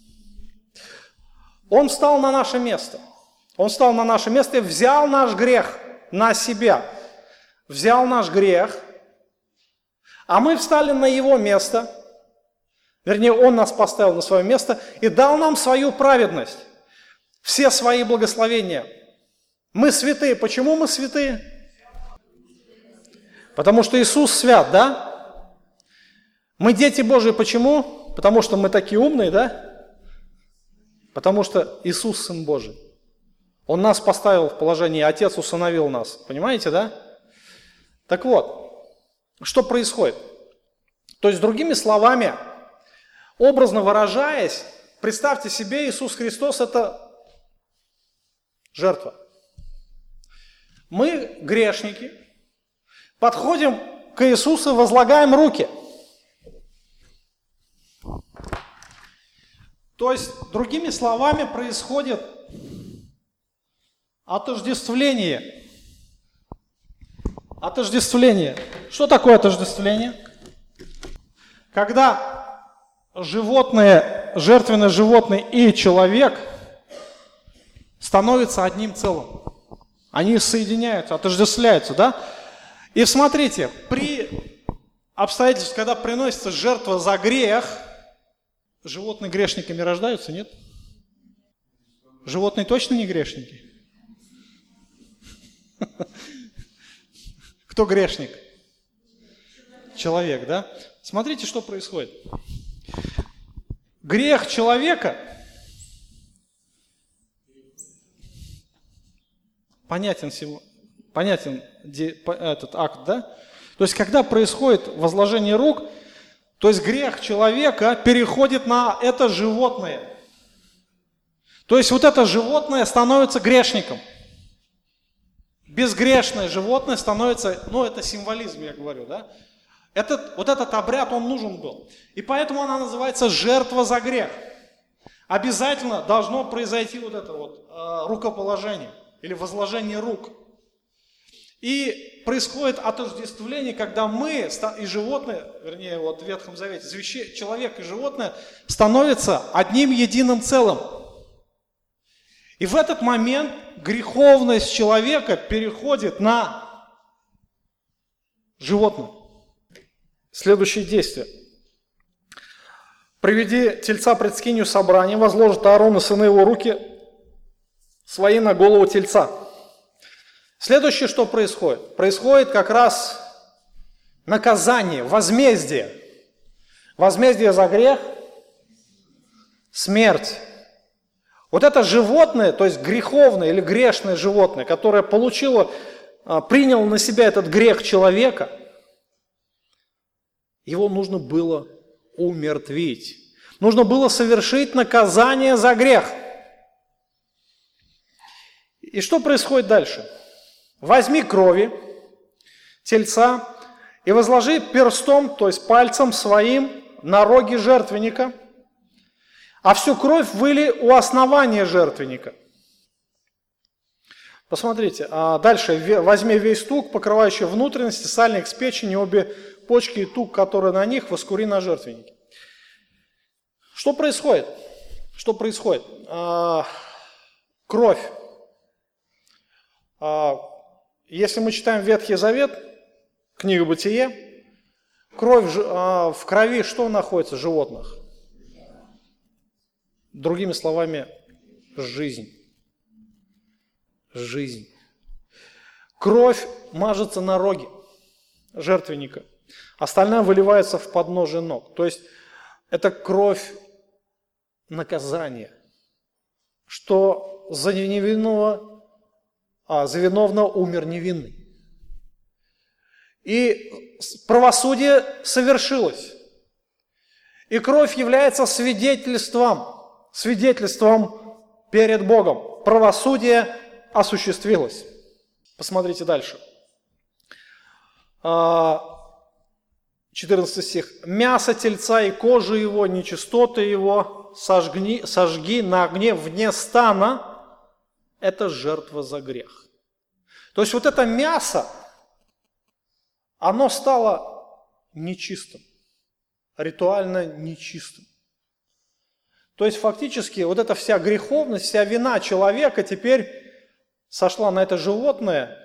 Он встал на наше место. Он встал на наше место и взял наш грех на себя. Взял наш грех, а мы встали на Его место. Вернее, Он нас поставил на свое место и дал нам свою праведность. Все свои благословения. Мы святые. Почему мы святые? Потому что Иисус свят, да? Мы дети Божии. Почему? Потому что мы такие умные, да? Потому что Иисус Сын Божий. Он нас поставил в положение, Отец усыновил нас. Понимаете, да? Так вот, что происходит? То есть, другими словами, образно выражаясь, представьте себе, Иисус Христос – это жертва. Мы, грешники, подходим к Иисусу и возлагаем руки. То есть, другими словами, происходит отождествление. Отождествление. Что такое отождествление? Когда животное, жертвенное животное и человек становятся одним целым. Они соединяются, отождествляются, да? И смотрите, при обстоятельствах, когда приносится жертва за грех, животные грешниками рождаются, нет? Животные точно не грешники? Кто грешник? Человек, да? Смотрите, что происходит. Грех человека, понятен этот акт, да? То есть, когда происходит возложение рук, то есть грех человека переходит на это животное. То есть, вот это животное становится грешником. Безгрешное животное становится, это символизм, я говорю, да? Вот этот обряд, он нужен был. И поэтому она называется жертва за грех. Обязательно должно произойти вот это рукоположение или возложение рук. И происходит отождествление, когда мы и животное, вернее, в Ветхом Завете, человек и животное становятся одним единым целым. И в этот момент греховность человека переходит на животное. Следующее действие. Приведи тельца пред скинию собрания, возложит Аарон и сыны его руки свои на голову тельца. Следующее, что происходит? Происходит как раз наказание, возмездие. Возмездие за грех, смерть. Вот это животное, то есть греховное или грешное животное, которое приняло на себя этот грех человека, его нужно было умертвить. Нужно было совершить наказание за грех. И что происходит дальше? Возьми крови тельца и возложи перстом, то есть пальцем своим, на роги жертвенника, а всю кровь выли у основания жертвенника. Посмотрите, дальше возьми весь тук, покрывающий внутренности, сальник с печени, обе почки и тук, который на них, воскури на жертвеннике. Что происходит? Что происходит? Кровь. Если мы читаем Ветхий Завет, книгу Бытие, в крови что находится в животных? Другими словами, жизнь. Жизнь. Кровь мажется на роги жертвенника. Остальная выливается в подножие ног. То есть это кровь наказания, что за виновного умер невинный. И правосудие совершилось. И кровь является свидетельством перед Богом. Правосудие осуществилось. Посмотрите дальше. 14 стих. «Мясо тельца и кожу его, нечистоты его сожги на огне вне стана». Это жертва за грех. То есть вот это мясо, оно стало нечистым, ритуально нечистым. То есть фактически вот эта вся греховность, вся вина человека теперь сошла на это животное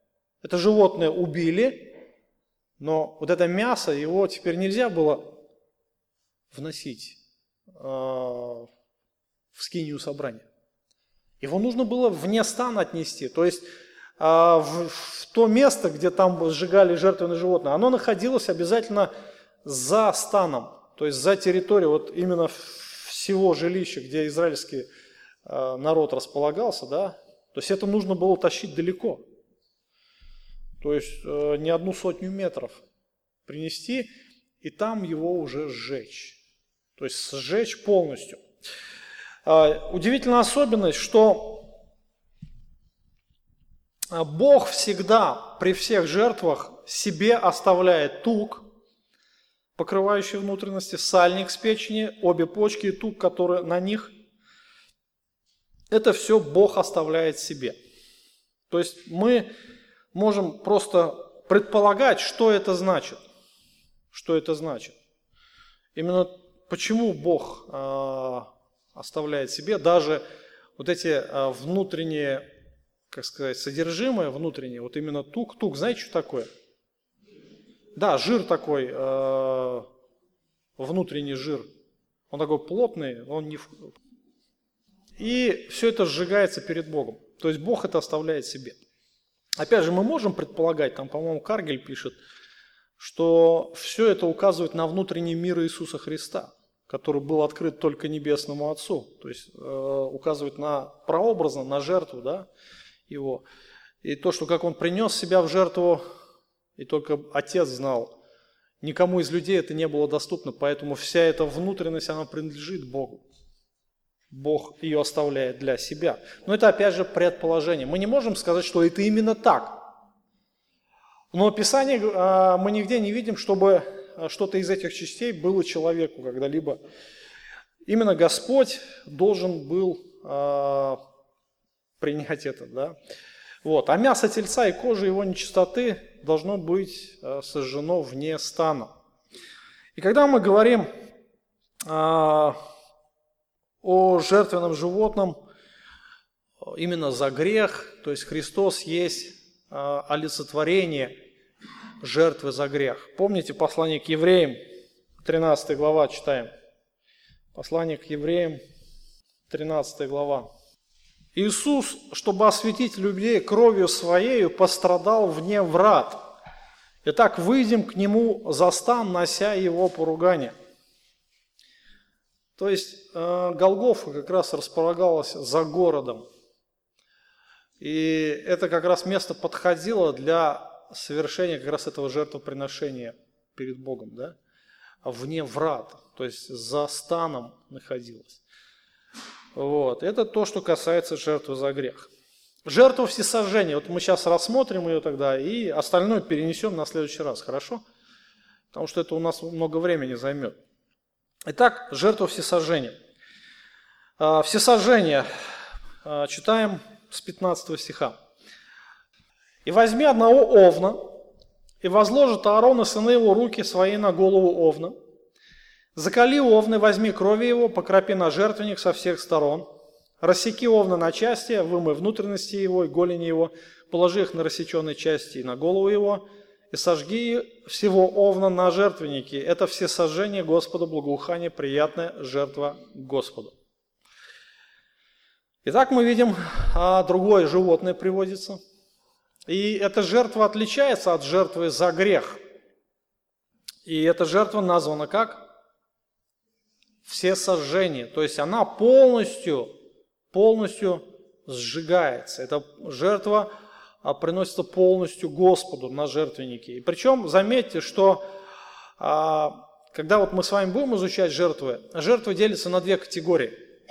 убили, но вот это мясо, его теперь нельзя было вносить в скинию собрания. Его нужно было вне стана отнести, то есть в то место, где там сжигали жертвенное животное, оно находилось обязательно за станом, то есть за территорией вот именно всего жилища, где израильский народ располагался, да, то есть это нужно было тащить далеко, то есть не 100 метров принести, и там его уже сжечь. То есть сжечь полностью. Удивительная особенность, что Бог всегда при всех жертвах себе оставляет тук, покрывающий внутренности, сальник с печени, обе почки и тук, который на них. Это все Бог оставляет себе. То есть мы можем просто предполагать, что это значит. Что это значит. Именно почему Бог оставляет себе даже вот эти внутренние, как сказать, содержимое внутреннее, вот именно тук. Тук, знаете, что такое? Да, жир такой, внутренний жир. Он такой плотный, он не... И все это сжигается перед Богом. То есть Бог это оставляет себе. Опять же, мы можем предполагать, там, по-моему, Каргель пишет, что все это указывает на внутренний мир Иисуса Христа, который был открыт только Небесному Отцу. То есть указывает на прообразно, на жертву, да, его. И то, что как он принес себя в жертву, и только Отец знал. Никому из людей это не было доступно, поэтому вся эта внутренность, она принадлежит Богу. Бог ее оставляет для себя. Но это опять же предположение. Мы не можем сказать, что это именно так. Но в Писании мы нигде не видим, чтобы что-то из этих частей было человеку когда-либо. Именно Господь должен был принять это. Да? Вот. А мясо тельца и кожа его нечистоты должно быть сожжено вне стана. И когда мы говорим о жертвенном животном именно за грех, то есть Христос есть олицетворение жертвы за грех. Помните послание к евреям, 13 глава читаем. Послание к евреям, 13 глава. Иисус, чтобы осветить людей кровью Своею, пострадал вне врат. Итак, выйдем к Нему за стан, нося Его поругание. То есть Голгофа как раз располагалась за городом. И это как раз место подходило для совершения как раз этого жертвоприношения перед Богом, да? Вне врат, то есть за станом находилось. Вот. Это то, что касается жертвы за грех. Жертва всесожжения. Вот мы сейчас рассмотрим ее тогда и остальное перенесем на следующий раз, хорошо? Потому что это у нас много времени займет. Итак, жертва всесожжения. Всесожжение. Читаем с 15 стиха. «И возьми одного овна, и возложит Аарон и сыны его руки свои на голову овна. Заколи овна, возьми крови его, покропи на жертвенник со всех сторон. Рассеки овна на части, вымой внутренности его и голени его, положи их на рассеченные части и на голову его, и сожги всего овна на жертвеннике. Это всесожжение Господу, благоухание, приятная жертва Господу». Итак, мы видим, другое животное приводится. И эта жертва отличается от жертвы за грех. И эта жертва названа как? Всесожжение. То есть она полностью сжигается. Эта жертва приносится полностью Господу на жертвеннике. И причем заметьте, что когда вот мы с вами будем изучать жертвы делятся на две категории.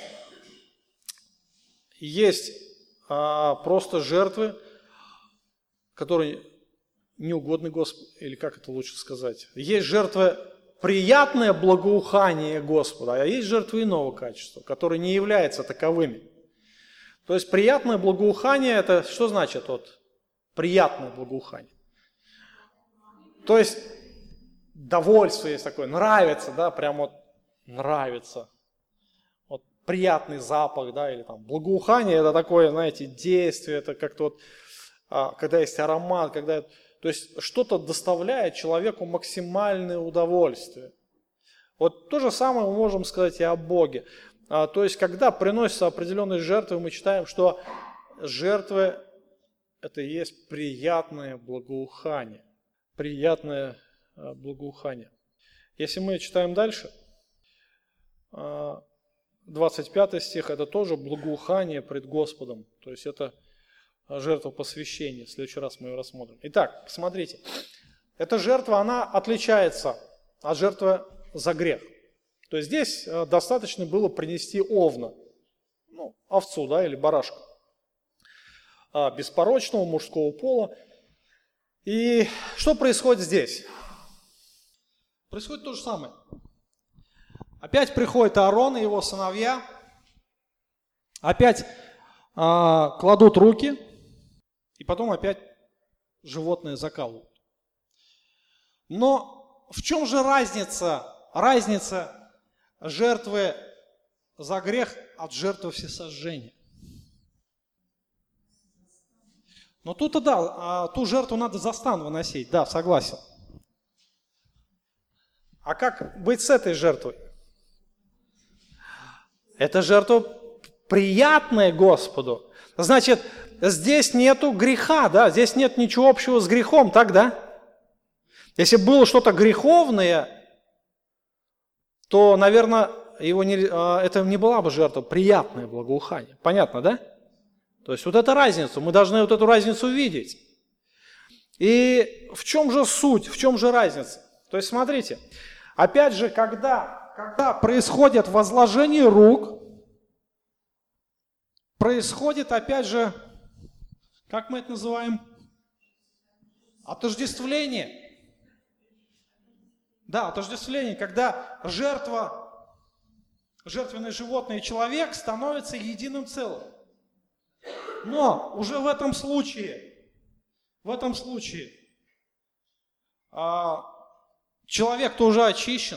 Есть просто жертвы, которые не угодны Господу, или как это лучше сказать. Есть жертвы приятное благоухание Господа, а есть жертвы иного качества, которые не являются таковыми. То есть приятное благоухание, это что значит вот приятное благоухание? То есть довольство есть такое, нравится, да, прям вот нравится. Вот приятный запах, да, или там благоухание, это такое, знаете, действие, это как-то вот, когда есть аромат, то есть что-то доставляет человеку максимальное удовольствие. Вот то же самое мы можем сказать и о Боге. То есть, когда приносятся определенные жертвы, мы читаем, что жертвы – это и есть приятное благоухание. Приятное благоухание. Если мы читаем дальше, 25 стих – это тоже благоухание пред Господом. То есть, это жертва посвящения. В следующий раз мы ее рассмотрим. Итак, посмотрите. Эта жертва, она отличается а жертва за грех. То есть здесь достаточно было принести овна, овцу, да, или барашка, беспорочного мужского пола. И что происходит здесь? Происходит то же самое. Опять приходит Аарон и его сыновья, опять кладут руки, и потом опять животное закалывают. Но в чем же разница жертвы за грех от жертвы всесожжения? Но тут-то да, ту жертву надо за стан выносить, да, согласен. А как быть с этой жертвой? Эта жертва приятная Господу. Значит, здесь нету греха, да, здесь нет ничего общего с грехом, так, да? Если было что-то греховное, то, наверное, это не была бы жертва, приятное благоухание. Понятно, да? То есть вот эта разница, мы должны вот эту разницу видеть. И в чем же суть, в чем же разница? То есть смотрите, опять же, когда происходит возложение рук, происходит опять же, как мы это называем? Отождествление. Да, отождествление, когда жертвенное животное и человек становятся единым целым. Но уже в этом случае человек-то уже очищен,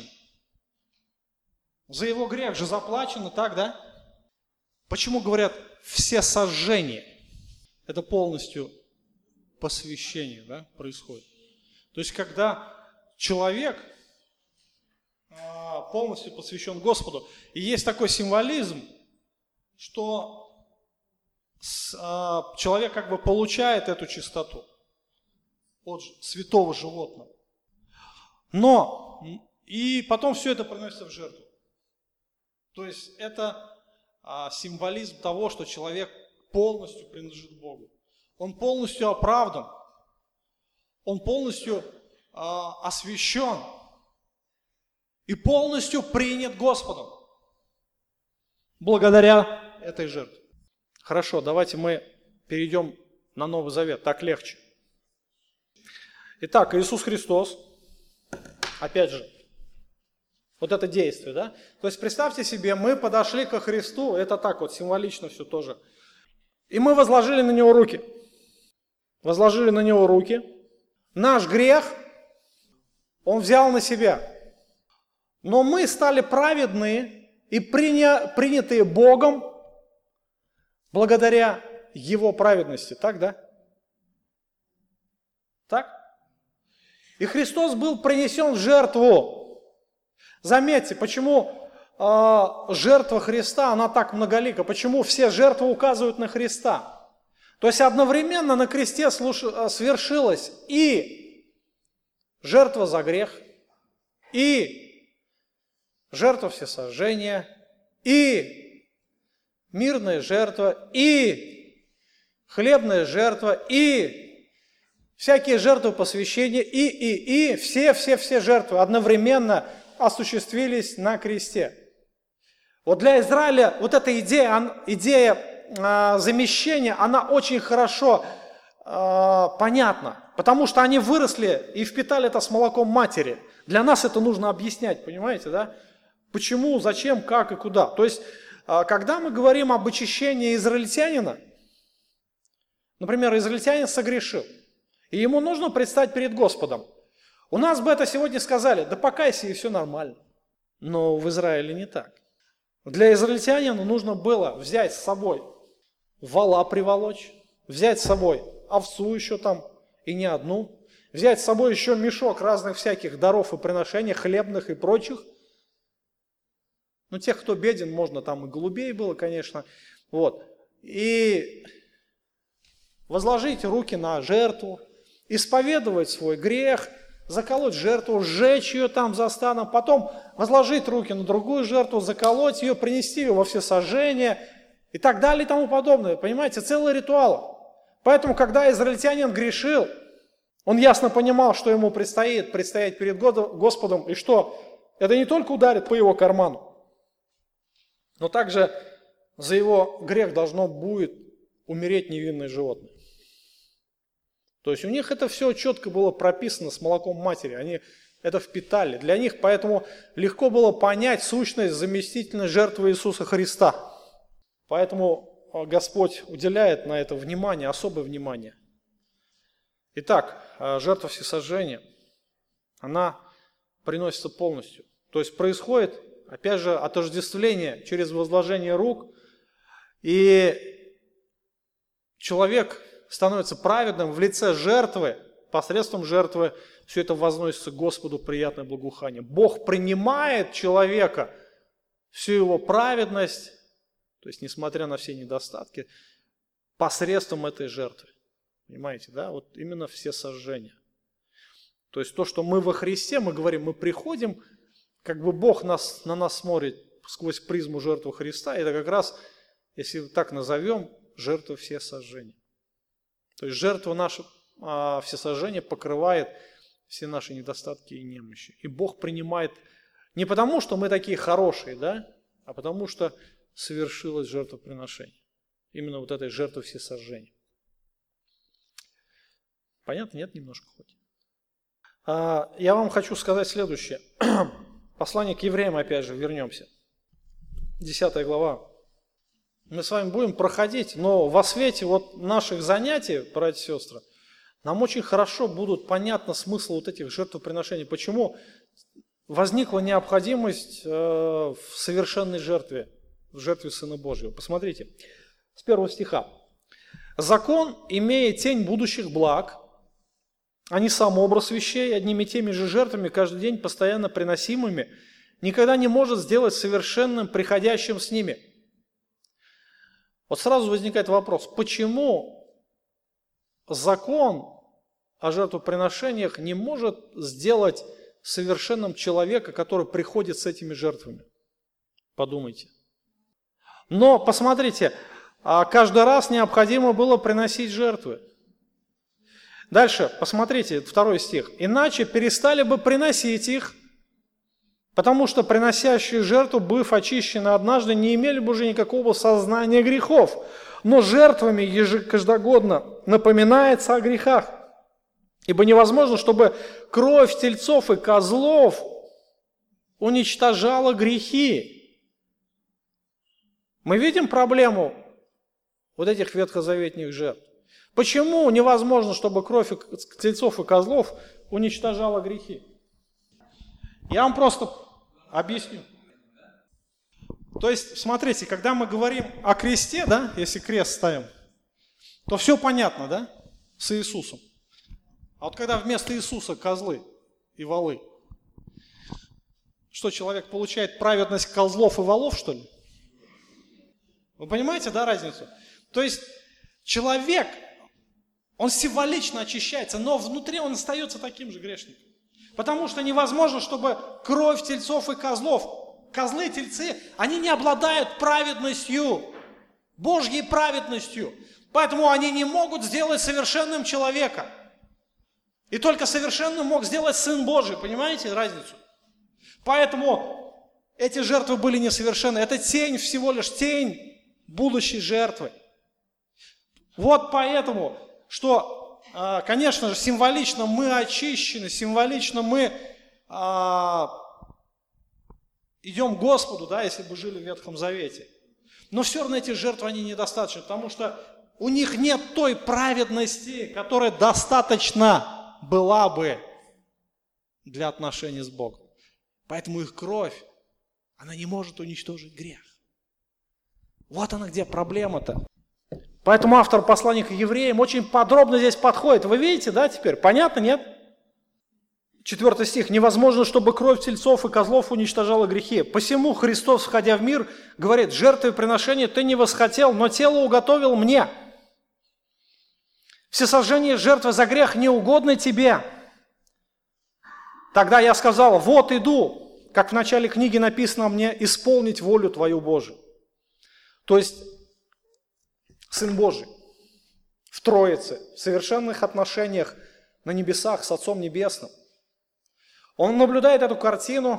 за его грех же заплачено, так, да? Почему говорят все сожжения? Это полностью посвящение, да, происходит. То есть, когда человек полностью посвящен Господу, и есть такой символизм, что человек как бы получает эту чистоту от святого животного. Но и потом все это приносится в жертву. То есть это символизм того, что человек полностью принадлежит Богу. Он полностью оправдан, он полностью освящен и полностью принят Господом благодаря этой жертве. Хорошо, давайте мы перейдем на Новый Завет, так легче. Итак, Иисус Христос, опять же, вот это действие, да? То есть представьте себе, мы подошли ко Христу, это так вот символично все тоже, и мы возложили на Него руки. Возложили на Него руки. Наш грех Он взял на себя. Но мы стали праведные и принятые Богом благодаря Его праведности. Так, да? Так? И Христос был принесен в жертву. Заметьте, почему жертва Христа, она так многолика, почему все жертвы указывают на Христа. То есть одновременно на кресте свершилась и жертва за грех, и жертва всесожжения, и мирная жертва, и хлебная жертва, и всякие жертвы посвящения, и все жертвы одновременно осуществились на кресте. Вот для Израиля вот эта идея замещения, она очень хорошо понятна, потому что они выросли и впитали это с молоком матери. Для нас это нужно объяснять, понимаете, да? Почему, зачем, как и куда. То есть, когда мы говорим об очищении израильтянина, например, израильтянин согрешил, и ему нужно предстать перед Господом. У нас бы это сегодня сказали, да покайся и все нормально. Но в Израиле не так. Для израильтянина нужно было взять с собой вола приволочь, взять с собой овцу еще там, и не одну, взять с собой еще мешок разных всяких даров и приношений, хлебных и прочих. Ну, тех, кто беден, можно там и голубей было, конечно. Вот. И возложить руки на жертву, исповедовать свой грех, заколоть жертву, сжечь ее там за станом, потом возложить руки на другую жертву, заколоть ее, принести ее во всесожжение и так далее и тому подобное. Понимаете, целый ритуал. Поэтому, когда израильтянин грешил, Он ясно понимал, что ему предстоит предстоять перед Господом, и что это не только ударит по его карману, но также за его грех должно будет умереть невинное животное. То есть у них это все четко было прописано с молоком матери, они это впитали. Для них поэтому легко было понять сущность заместительной жертвы Иисуса Христа. Поэтому Господь уделяет на это внимание, особое внимание. Итак, жертва всесожжения, она приносится полностью. То есть происходит, опять же, отождествление через возложение рук, и человек становится праведным в лице жертвы, посредством жертвы все это возносится к Господу приятное благоухание. Бог принимает человека, всю его праведность, то есть несмотря на все недостатки, посредством этой жертвы. Понимаете, да? Вот именно все сожжения. То есть то, что мы во Христе, мы говорим, мы приходим, как бы Бог на нас смотрит сквозь призму жертвы Христа, и это как раз, если так назовем, жертва все сожжения. То есть жертва наша всесожжения покрывает все наши недостатки и немощи. И Бог принимает не потому, что мы такие хорошие, да, а потому что совершилось жертвоприношение. Именно вот этой жертвы всесожжения. Понятно? Нет? Немножко хоть. Я вам хочу сказать следующее. Послание к евреям, опять же, вернемся. 10 глава. Мы с вами будем проходить, но во свете вот наших занятий, братья и сестры, нам очень хорошо будут понятны смысл вот этих жертвоприношений. Почему возникла необходимость в совершенной жертве, в жертве Сына Божьего. Посмотрите, с 1 стиха. «Закон, имея тень будущих благ, а не сам образ вещей, одними теми же жертвами, каждый день постоянно приносимыми, никогда не может сделать совершенным приходящим с ними». Вот сразу возникает вопрос, почему закон о жертвоприношениях не может сделать совершенным человека, который приходит с этими жертвами? Подумайте. Но, посмотрите, каждый раз необходимо было приносить жертвы. Дальше, посмотрите, 2 стих. «Иначе перестали бы приносить их, потому что приносящие жертву, быв очищены однажды, не имели бы уже никакого сознания грехов, но жертвами каждогодно напоминается о грехах. Ибо невозможно, чтобы кровь тельцов и козлов уничтожала грехи». Мы видим проблему вот этих ветхозаветных жертв. Почему невозможно, чтобы кровь тельцов и козлов уничтожала грехи? Я вам просто объясню. То есть, смотрите, когда мы говорим о кресте, да, если крест ставим, то все понятно, да, с Иисусом. А вот когда вместо Иисуса козлы и волы, что человек получает праведность козлов и волов, что ли? Вы понимаете, да, разницу? То есть человек, он символично очищается, но внутри он остается таким же грешником. Потому что невозможно, чтобы кровь тельцов и козлов, козлы и тельцы, они не обладают праведностью, Божьей праведностью. Поэтому они не могут сделать совершенным человека. И только совершенным мог сделать Сын Божий, понимаете разницу? Поэтому эти жертвы были несовершенны. Это тень, всего лишь тень будущей жертвы. Вот поэтому, что, конечно же, символично мы очищены, символично мы идем к Господу, да, если бы жили в Ветхом Завете. Но все равно эти жертвы, они недостаточны, потому что у них нет той праведности, которая достаточно была бы для отношений с Богом. Поэтому их кровь, она не может уничтожить грех. Вот она где проблема-то. Поэтому автор послания к евреям очень подробно здесь подходит. Вы видите, да, теперь? Понятно, нет? 4 стих. «Невозможно, чтобы кровь тельцов и козлов уничтожала грехи. Посему Христос, входя в мир, говорит: жертвы и приношения ты не восхотел, но тело уготовил мне. Всесожжение жертвы за грех не угодно тебе. Тогда я сказал: вот иду, как в начале книги написано мне, исполнить волю твою Божию». То есть Сын Божий в Троице, в совершенных отношениях на небесах с Отцом Небесным. Он наблюдает эту картину,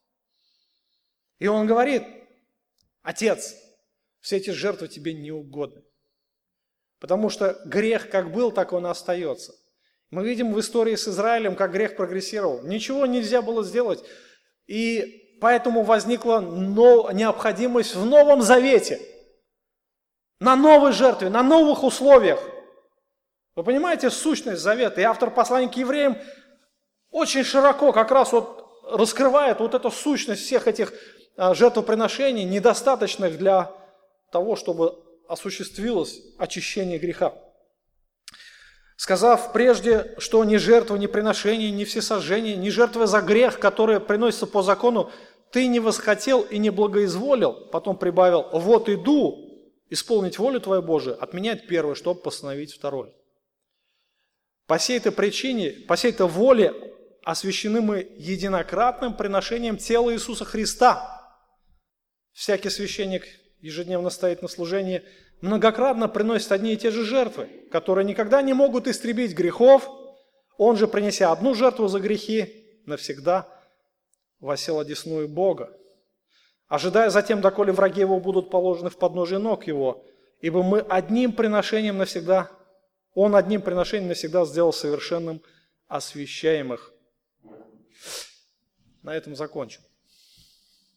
и он говорит: Отец, все эти жертвы тебе не угодны. Потому что грех как был, так он и остается. Мы видим в истории с Израилем, как грех прогрессировал. Ничего нельзя было сделать. И поэтому возникла необходимость в Новом Завете. На новой жертве, на новых условиях. Вы понимаете сущность завета? И автор послания к евреям очень широко как раз вот раскрывает вот эту сущность всех этих жертвоприношений, недостаточных для того, чтобы осуществилось очищение греха. Сказав прежде, что ни жертва, ни приношение, ни всесожжение, ни жертва за грех, которые приносятся по закону, ты не восхотел и не благоизволил, потом прибавил: вот иду исполнить волю твою Божию, отменять первое, чтобы постановить второе. По сей этой причине, по сей этой воле освящены мы единократным приношением тела Иисуса Христа. Всякий священник ежедневно стоит на служении, многократно приносит одни и те же жертвы, которые никогда не могут истребить грехов. Он же, принеся одну жертву за грехи, навсегда воссел одесную Бога, ожидая затем, доколе враги его будут положены в подножие ног его, ибо он одним приношением навсегда сделал совершенным освящаемых. На этом закончим.